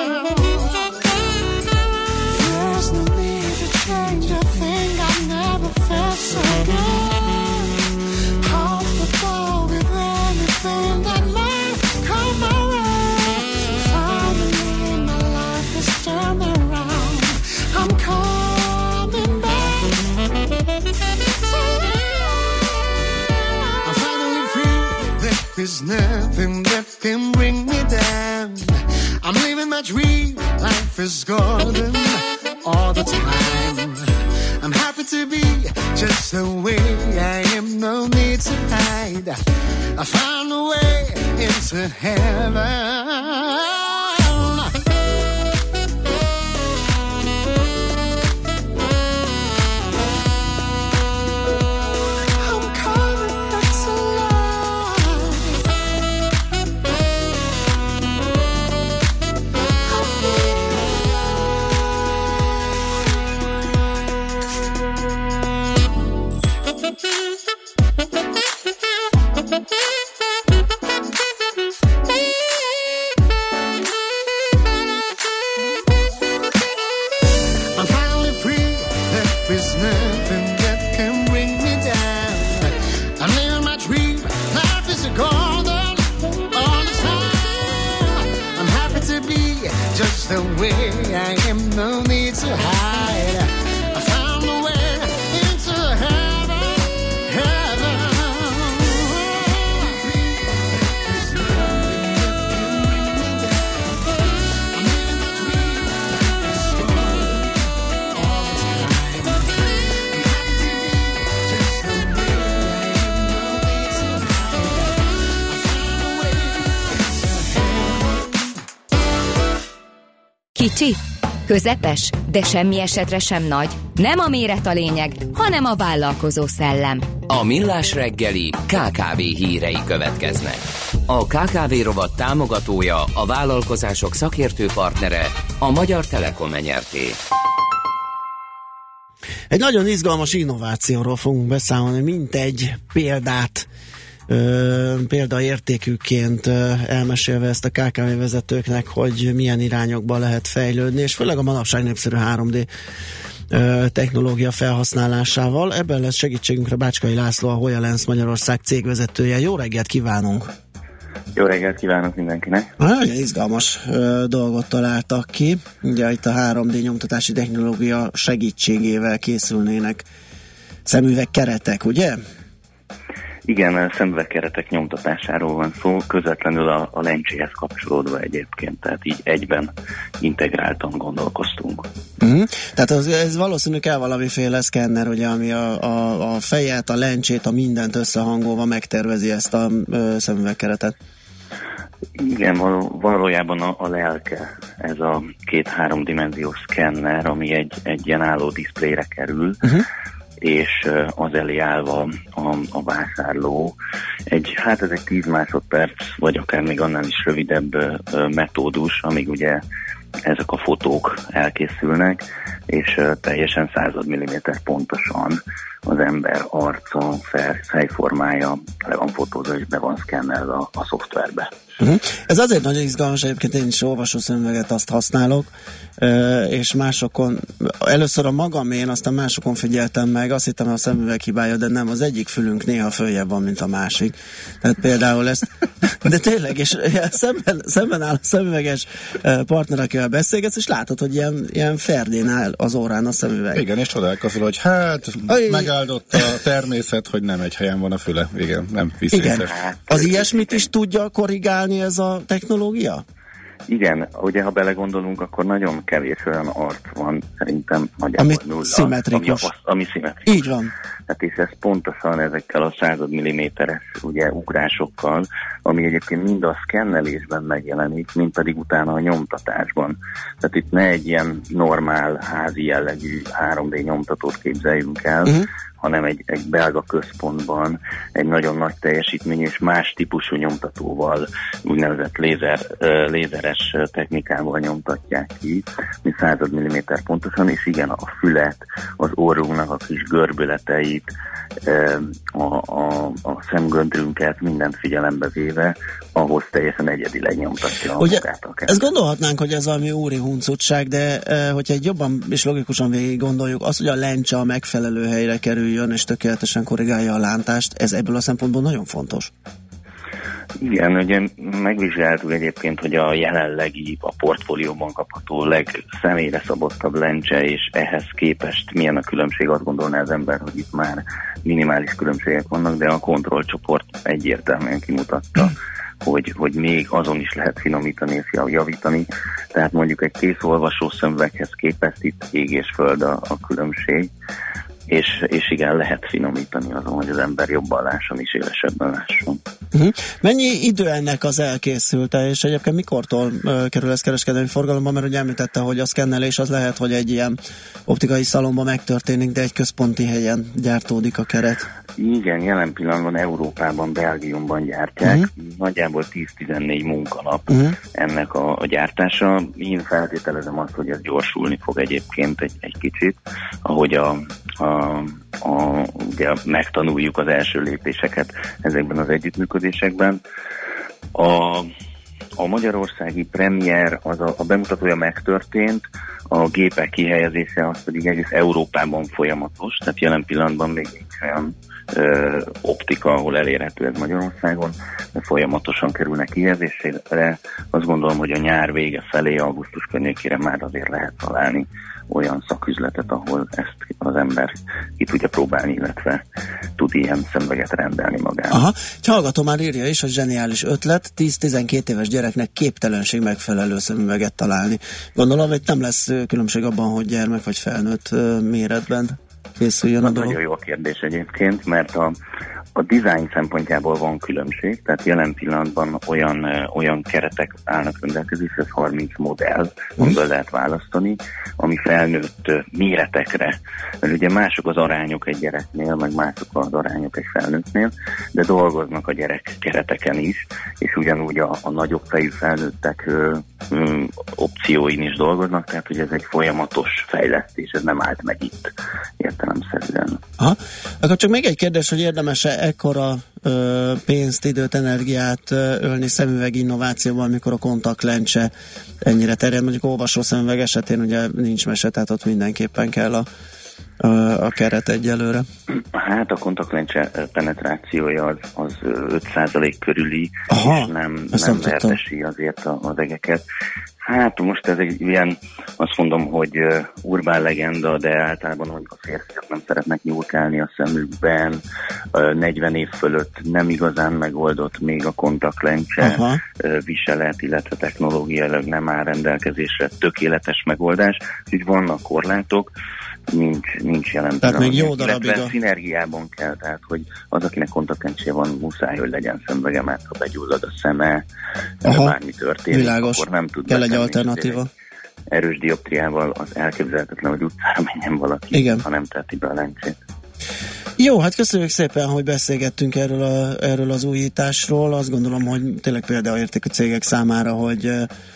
S17: There's no need to change a thing. I never felt so good. Comfortable with anything that might come around. Finally, my life is turning around. I'm coming back. So I'm finally free. There's nothing that can bring me down. I'm living my dream. Life is golden all the time. I'm happy to be just the way I am. No need to hide. I found a way into heaven. The way I am, no need to hide. I found a way into heaven, heaven. I'm living my dream. It's golden all the time. I'm happy to be just the way I am, no need to hide. I found a way into heaven.
S7: Kicsi, közepes, de semmi esetre sem nagy. Nem a méret a lényeg, hanem a vállalkozó szellem.
S1: A Millás reggeli ká ká vé hírei következnek. A ká ká vé rovat támogatója, a vállalkozások szakértő partnere, a Magyar Telekom Nyerté.
S4: Egy nagyon izgalmas innovációról fogunk beszámolni, mint egy példát, ö, példaértékűként ö, elmesélve ezt a ká ká vé vezetőknek, hogy milyen irányokba lehet fejlődni, és főleg a manapság népszerű három dé ö, technológia felhasználásával. Ebben lesz segítségünkre Bácskai László, a HolyA-Lens Magyarország cégvezetője. Jó reggelt kívánunk!
S18: Jó reggelt kívánok mindenkinek!
S4: Nagyon izgalmas ö, dolgot találtak ki. Ugye itt a három dé nyomtatási technológia segítségével készülnének szemüveg keretek, ugye?
S18: Igen, szemüvegkeretek nyomtatásáról van szó, közvetlenül a, a lencséhez kapcsolódva egyébként, tehát így egyben integráltan gondolkoztunk.
S4: Uh-huh. Tehát az, ez valószínűleg kell valamiféle szkenner, ugye, ami a, a, a fejet, a lencsét, a mindent összehangolva megtervezi ezt a ö, szemüvegkeretet.
S18: Igen, való, valójában a, a lelke, ez a két-háromdimenziós szkenner, ami egy, egy ilyen álló diszplére kerül, uh-huh. és az elé állva a, a vásárló egy, hát ez egy tíz másodperc, vagy akár még annál is rövidebb metódus, amíg ugye ezek a fotók elkészülnek, és teljesen század milliméter pontosan az ember arca, fej, fejformája le van fotózva és be van szkennelve a, a szoftverbe.
S4: Uh-huh. Ez azért nagyon izgalmas, egyébként én is olvasó szemüveget azt használok, és másokon, először a magamén, aztán másokon figyeltem meg, azt hittem a szemüveg hibája, de nem, az egyik fülünk néha följebb van, mint a másik. Tehát például ezt, de tényleg, és szemben, szemben áll a szemüveges partner, akivel beszélgetsz, és látod, hogy ilyen, ilyen ferdén áll az órán a szemüveg.
S5: Igen, és csodálkozol, hogy hát Aj, megáldott a természet, hogy nem egy helyen van a füle. Igen, nem visszaészes.
S4: Igen. Az ilyesmit is tudja korrigálni ez a technológia?
S18: Igen, ugye ha belegondolunk, akkor nagyon kevés olyan arc van, szerintem nagyjából
S4: nulla, szimmetrikus.
S18: Ami, ami szimmetrikus.
S4: Így van.
S18: Hát és ez pontosan ezekkel a század milliméteres ugye, ugrásokkal, ami egyébként mind a szkennelésben megjelenik, mind pedig utána a nyomtatásban. Tehát itt ne egy ilyen normál házi jellegű három dé nyomtatót képzeljünk el, uh-huh. hanem egy, egy belga központban egy nagyon nagy teljesítmény és más típusú nyomtatóval, úgynevezett lézer, lézeres technikával nyomtatják ki, mint század milliméter pontosan, és igen, a fület, az orrunknak a kis görbületeit, a, a, a szemgöndrünket, mindent figyelembe véve, ahhoz teljesen egyedileg nyomtatja a
S4: ugye,
S18: magát. A
S4: ezt gondolhatnánk, hogy ez valami úri huncutság, de e, hogyha egy jobban és logikusan végig gondoljuk, az, hogy a lencse a megfelelő helyre kerüljön és tökéletesen korrigálja a lántást, ez ebből a szempontból nagyon fontos.
S18: Igen, ugye megvizsgáltuk egyébként, hogy a jelenlegi, a portfólióban kapható legszemélyre szabottabb lencse, és ehhez képest milyen a különbség, azt gondolná az ember, hogy itt már minimális különbségek vannak, de a kontrollcsoport egyértelműen kimutatta, hogy, hogy még azon is lehet finomítani és javítani. Tehát mondjuk egy készolvasó szemüveghez képest itt ég és föld a, a különbség. És, és igen, lehet finomítani azon, hogy az ember jobban lásson és élesebben lásson.
S4: Uh-huh. Mennyi idő ennek az elkészülte, és egyébként mikortól uh, kerül ez kereskedelmi forgalomba, mert ugye említette, hogy a szkennelés az lehet, hogy egy ilyen optikai szalonban megtörténik, de egy központi helyen gyártódik a keret.
S18: Igen, jelen pillanatban Európában, Belgiumban gyártják, uh-huh. nagyjából tíz-tizennégy munkanap uh-huh. ennek a, a gyártása. Én feltételezem azt, hogy ez gyorsulni fog egyébként egy, egy kicsit, ahogy a, a, a, ugye megtanuljuk az első lépéseket ezekben az együttműködésekben. A, a magyarországi premier, az a, a bemutatója megtörtént, a gépek kihelyezése az pedig egész Európában folyamatos, tehát jelen pillanatban még nincs olyan ö, optika, ahol elérhető ez Magyarországon, de folyamatosan kerülnek kihelyezésre. Azt gondolom, hogy a nyár vége felé, augusztus környékére már azért lehet találni olyan szaküzletet, ahol ezt az ember ki tudja próbálni, illetve tud ilyen szemüveget rendelni magának.
S4: Aha, hallgató már írja is, hogy zseniális ötlet, tíz-tizenkét éves gyereknek képtelenség megfelelő szemüveget találni. Gondolom, hogy nem lesz különbség abban, hogy gyermek vagy felnőtt méretben készüljön a dolog.
S18: Nagyon jó a kérdés egyébként, mert a A design szempontjából van különbség, tehát jelen pillanatban olyan, olyan keretek állnak rendelkezésre, ez harminc modell, amiből lehet választani, ami felnőtt méretekre. Mert ugye mások az arányok egy gyereknél, meg mások az arányok egy felnőttnél, de dolgoznak a gyerek kereteken is, és ugyanúgy a, a nagyobb fejű felnőttek ö, ö, opcióin is dolgoznak, tehát hogy ez egy folyamatos fejlesztés, ez nem állt meg itt értelemszerűen.
S4: Aha. Akkor csak még egy kérdés, hogy érdemes-e ekkora ö, pénzt, időt, energiát ö, ölni szemüveg innovációban, amikor a kontaktlencse ennyire terjed. Mondjuk olvasó szemüveg esetén ugye nincs mese, tehát ott mindenképpen kell a, a, a keret egyelőre.
S18: Hát a kontaktlencse penetrációja az, az öt százalék körüli,
S4: aha,
S18: és nem, nem verdesi azért a, az egeket. Hát most ez egy ilyen, azt mondom, hogy uh, urbán legenda, de általában, hogy a férfiak nem szeretnek nyúlkálni a szemükben, uh, negyven év fölött nem igazán megoldott még a kontaktlencse uh, viselet, illetve technológiailag nem áll rendelkezésre tökéletes megoldás, úgyhogy vannak korlátok, nincs, nincs jelen.
S4: Tehát még jó darabig a...
S18: szinergiában kell, tehát hogy az, akinek kontaktlencse van, muszáj, hogy legyen szemüvege, mert ha begyullad a szeme, aha, bármi történik,
S4: világos,
S18: akkor nem tud
S4: kell egy alternatíva.
S18: Erős dioptriával az elképzelhetetlen, hogy utcára menjen valaki, igen, ha nem teheti be a lencsét.
S4: Jó, hát köszönjük szépen, hogy beszélgettünk erről, a, erről az újításról. Azt gondolom, hogy tényleg példaértékű cégek számára, hogy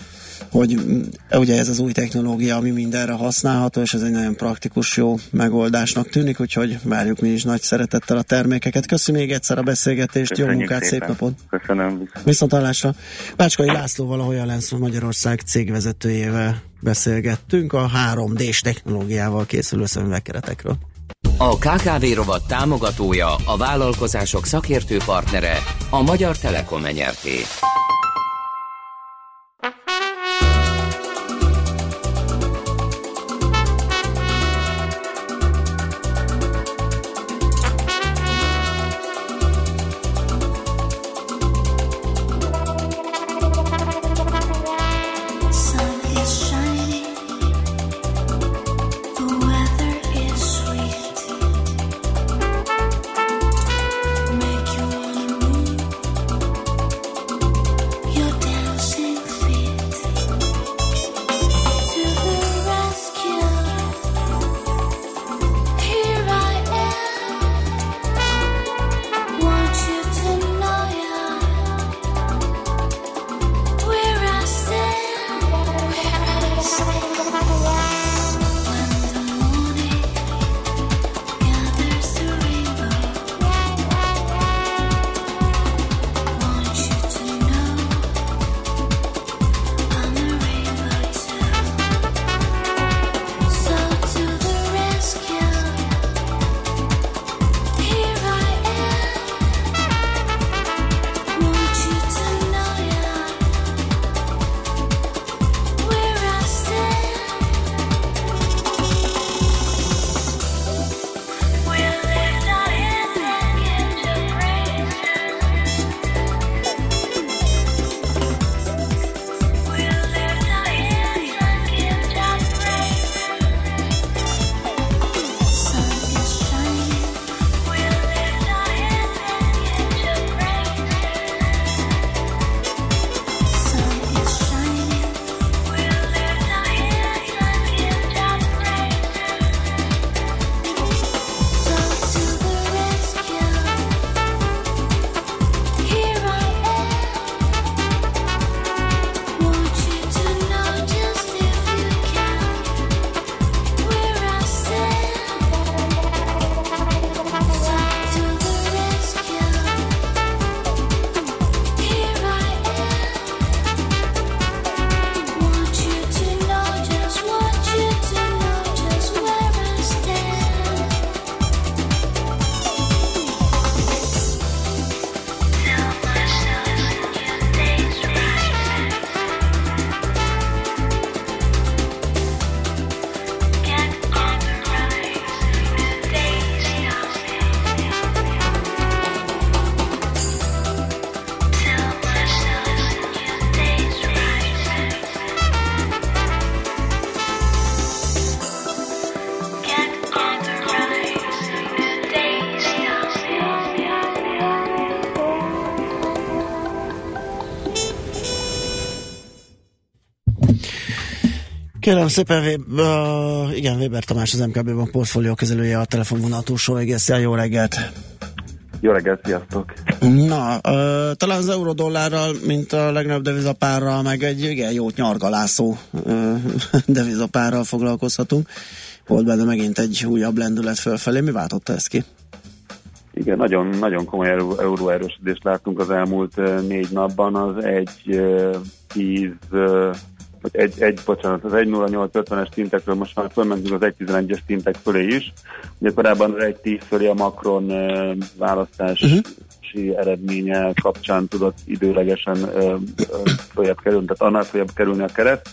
S4: hogy ugye ez az új technológia, ami mindenre használható, és ez egy nagyon praktikus, jó megoldásnak tűnik, úgyhogy várjuk mi is nagy szeretettel a termékeket. Köszönöm még egyszer a beszélgetést, köszönjük, jó munkát, szépen. Szép napot!
S18: Köszönöm.
S4: Viszontlátásra. Bácskai Lászlóval, a Hoyalensz Magyarország cégvezetőjével beszélgettünk a három dés technológiával készülő szemüvegkeretekről.
S1: A ká ká vé rovat támogatója, a vállalkozások szakértő partnere, a Magyar Telekom Nyerté.
S4: Kérem szépen, Weber, uh, igen, Weber Tamás, az em ká bé Bank portfólió kezelője a telefonvonal túlsó végésszel. Jó reggelt!
S19: Jó reggelt, sziasztok!
S4: Na, uh, talán az euró-dollárral, mint a legnagyobb devizapárral, meg egy igen jót nyargalászó uh, devizapárral foglalkozhatunk. Volt benne megint egy újabb lendület fölfelé. Mi váltotta ezt ki?
S19: Igen, nagyon, nagyon komoly euró, euró erősödést láttunk az elmúlt uh, négy napban. Az egy uh, tíz, uh, vagy egy, egy, bocsánat, az egy nulla nyolc ötvenes szintekről most már fölmentünk az egy tizenegyes szintek fölé is. Ugye korábban az egy tíz fölé a Macron uh, választás uh-huh. eredménye kapcsán tudott időlegesen uh, uh, följebb kerülni, tehát annál följebb kerülni a kereszt.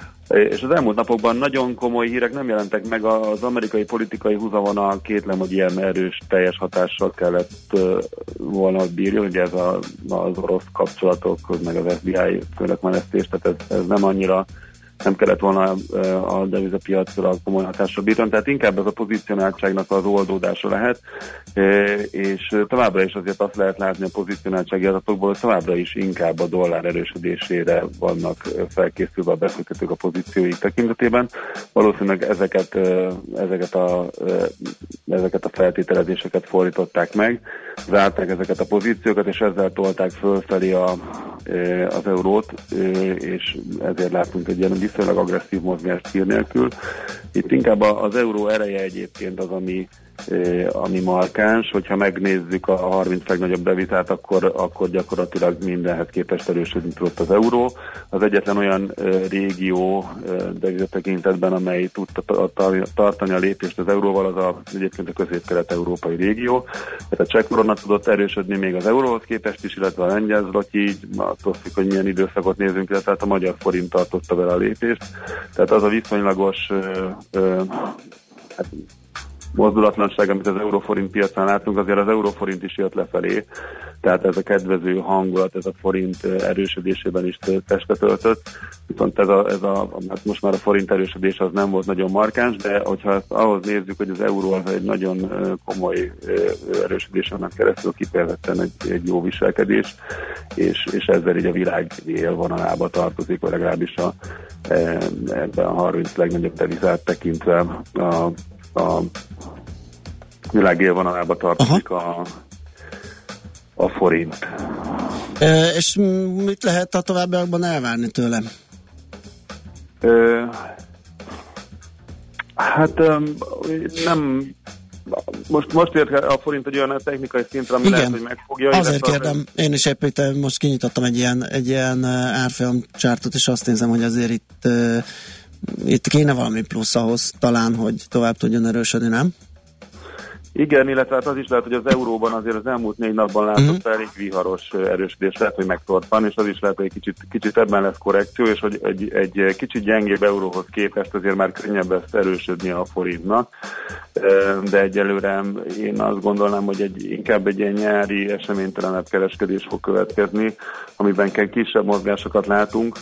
S19: És az elmúlt napokban nagyon komoly hírek nem jelentek meg, az amerikai politikai húzavona kétlem, hogy ilyen erős, teljes hatással kellett uh, volna bírjon, ugye ez a, az orosz kapcsolatok, meg az ef bé i főnökmenesztés, tehát ez, ez nem annyira, nem kellett volna uh, a devizapiacra komoly hatással bírjon, tehát inkább ez a pozícionáltságnak az oldódása lehet, uh, és továbbra is azért azt lehet látni a pozícionáltsági adatokból, hogy továbbra is inkább a dollár erősödésére vannak felkészülve a befektetők a pozícióik tekintetében. Valószínűleg ezeket, uh, ezeket, a, uh, ezeket a feltételezéseket fordították meg, zárták ezeket a pozíciókat, és ezzel tolták fölfelé a, uh, az eurót, uh, és ezért látunk egy ilyen viszonylag agresszív mozgást hír nélkül. Itt inkább az euró ereje egyébként az, ami, ami markáns, hogyha megnézzük a harminc legnagyobb devizát, akkor, akkor gyakorlatilag mindenhez képest erősödni tudott az euró. Az egyetlen olyan régió deviza tekintetben, amely tudta tartani a lépést az euróval, az a, egyébként a közép-kelet-európai régió. Tehát a cseh korona tudott erősödni még az euróhoz képest is, illetve a lengyel zloty, így attól függ, hogy milyen időszakot nézünk, illetve a magyar forint tartotta vele a lépést. Tehát az a viszonylagos ö, ö, hát, mozdulatlanság, amit az euróforint piacán látunk, azért az euróforint is jött lefelé, tehát ez a kedvező hangulat, ez a forint erősödésében is testet öltött, viszont ez a, ez a, hát most már a forint erősödés az nem volt nagyon markáns, de hogyha ezt ahhoz nézzük, hogy az euró az egy nagyon komoly erősödésen keresztül kifejezetten egy, egy jó viselkedés, és, és ezzel így a világ élvonalába tartozik, vagy legalábbis a, ebben a harminc legnagyobb devizát tekintve a a világ élvonalába tartozik a, a forint.
S4: E, és mit lehet a továbbiakban elvárni tőle?
S19: E, hát nem most, most ért a forint egy olyan technikai szintre, ami igen, lehet, hogy megfogja.
S4: Azért kérdem, az... én is épp most kinyitottam egy ilyen, egy ilyen árfolyam csártot, és azt nézem, hogy azért itt Itt kéne valami plusz ahhoz talán, hogy tovább tudjon erősödni, nem?
S19: Igen, illetve hát az is lehet, hogy az euróban azért az elmúlt négy napban látott uh-huh. elég viharos erősödés, lehet, hogy megtorpan, és az is lehet, hogy egy kicsit, kicsit ebben lesz korrekció, és hogy egy, egy kicsit gyengébb euróhoz képest azért már könnyebb ezt erősödni a forintnak, de egyelőre én azt gondolnám, hogy egy, inkább egy ilyen nyári eseménytelenebb kereskedés fog következni, amiben kisebb mozgásokat látunk,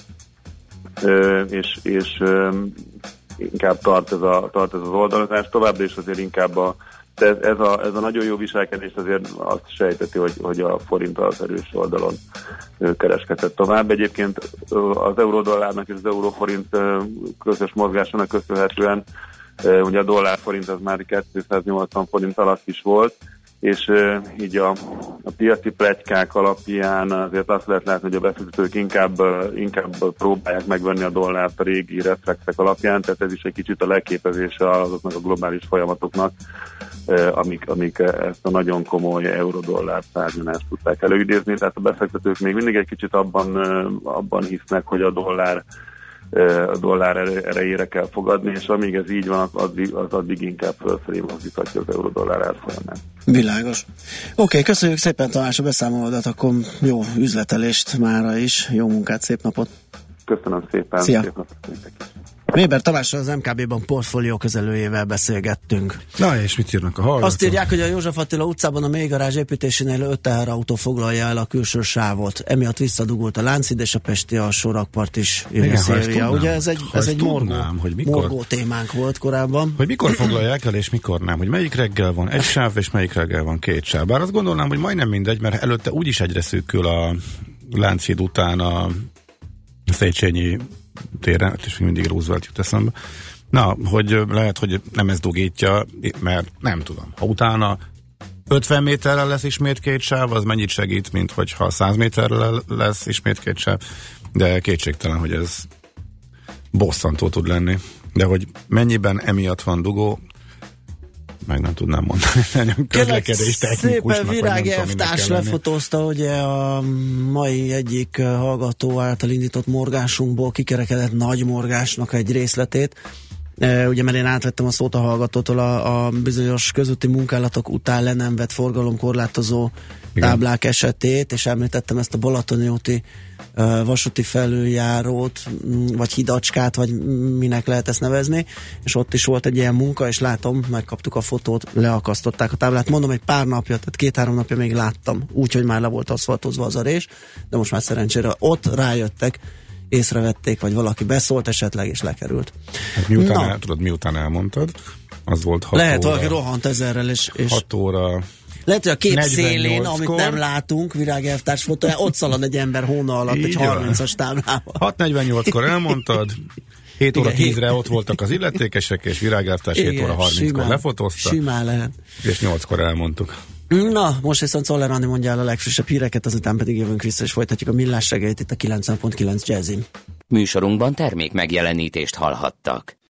S19: Uh, és, és um, inkább tart ez, a, tart ez az oldalazás, továbbra is azért inkább a, ez, ez, a, ez a nagyon jó viselkedés azért azt sejteti, hogy, hogy a forint az erős oldalon uh, kereskedett tovább. Egyébként uh, az euró-dollárnak és az euró-forint uh, közös mozgásának köszönhetően uh, ugye a dollár-forint az már kétszáznyolcvan forint alatt is volt, és uh, így a, a piaci pletykák alapján azért azt lehet látni, hogy a befektetők inkább, uh, inkább próbálják megvenni a dollárt a régi reflexek alapján, tehát ez is egy kicsit a leképezése azoknak a globális folyamatoknak, uh, amik, amik ezt a nagyon komoly euró-dollár szárnyalást tudták előidézni, tehát a befektetők még mindig egy kicsit abban, uh, abban hisznek, hogy a dollár a dollár erejére kell fogadni, és amíg ez így van, az addig, az addig inkább fölfelé mozdíthatja az euró-dollár árfolyamát.
S4: Világos. Oké, okay, köszönjük szépen Tamás a beszámolódat, akkor jó üzletelést mára is, jó munkát, szép napot!
S19: Köszönöm szépen!
S4: Szia.
S19: Szép napot nektek is!
S4: Weber Tamással, az em ká bé Bank portfólió kezelőjével beszélgettünk.
S5: Na és mit írnak a hallgatók?
S4: Azt írják, hogy a József Attila utcában a mélygarázs építésénél öt teherautó foglalja el a külső sávot. Emiatt visszadugult a Lánchíd és a Pesti alsó rakpart is.
S5: Igen,
S4: tudnám, ugye ez egy, ez egy
S5: tudnám,
S4: morgó,
S5: hogy mikor,
S4: morgó témánk volt korábban.
S5: Hogy mikor foglalják el és mikor nem. Hogy melyik reggel van egy sáv és melyik reggel van két sáv. Bár azt gondolnám, hogy majdnem mindegy, mert előtte úgyis egyre szűkül a Lánchíd után a Széchenyi téren, és mindig Roosevelt jut eszembe. Na, hogy lehet, hogy nem ez dugítja, mert nem tudom. Ha utána ötven méterrel lesz ismét két sáv, az mennyit segít, mint hogyha száz méterrel lesz ismét két sáv, de kétségtelen, hogy ez bosszantó tud lenni. De hogy mennyiben emiatt van dugó, meg nem tudnám mondani. Közlekedés technikusnak.
S4: Szépen Virág elvtárs lefotózta, ugye a mai egyik hallgató által indított morgásunkból kikerekedett nagy morgásnak egy részletét. Ugye, mert én átvettem a szót a hallgatótól a, a bizonyos közúti munkálatok után le nem vett forgalomkorlátozó igen. táblák esetét, és említettem ezt a Balatoni úti uh, vasúti felüljárót, vagy hidacskát, vagy minek lehet ezt nevezni, és ott is volt egy ilyen munka, és látom, megkaptuk a fotót, leakasztották a táblát. Mondom, egy pár napja, tehát két-három napja még láttam, úgyhogy már le volt aszfaltozva az a rés, de most már szerencsére ott rájöttek, észrevették, vagy valaki beszólt esetleg, és lekerült.
S5: Hát miután, el, tudod, miután elmondtad, az volt hat
S4: lehet,
S5: óra.
S4: valaki rohant ezerrel, és... és
S5: hat óra...
S4: Lehet, hogy a kép szélén, amit nem látunk, Virág elvtárs fotója, ott szalad egy ember hóna alatt, így egy harmincas táblával.
S5: hat negyvennyolckor elmondtad, hét óra tízre ott voltak az illetékesek, és Virág elvtárs hét óra harminckor lefotózta.
S4: Simán lehet.
S5: És nyolckor elmondtuk.
S4: Na, most viszont Czoller Andi mondja el a legfrissebb híreket, azután pedig jövünk vissza, és folytatjuk a millás reggelyt itt a kilencven pont kilenc Jazzin.
S1: Műsorunkban termék megjelenítést hallhattak.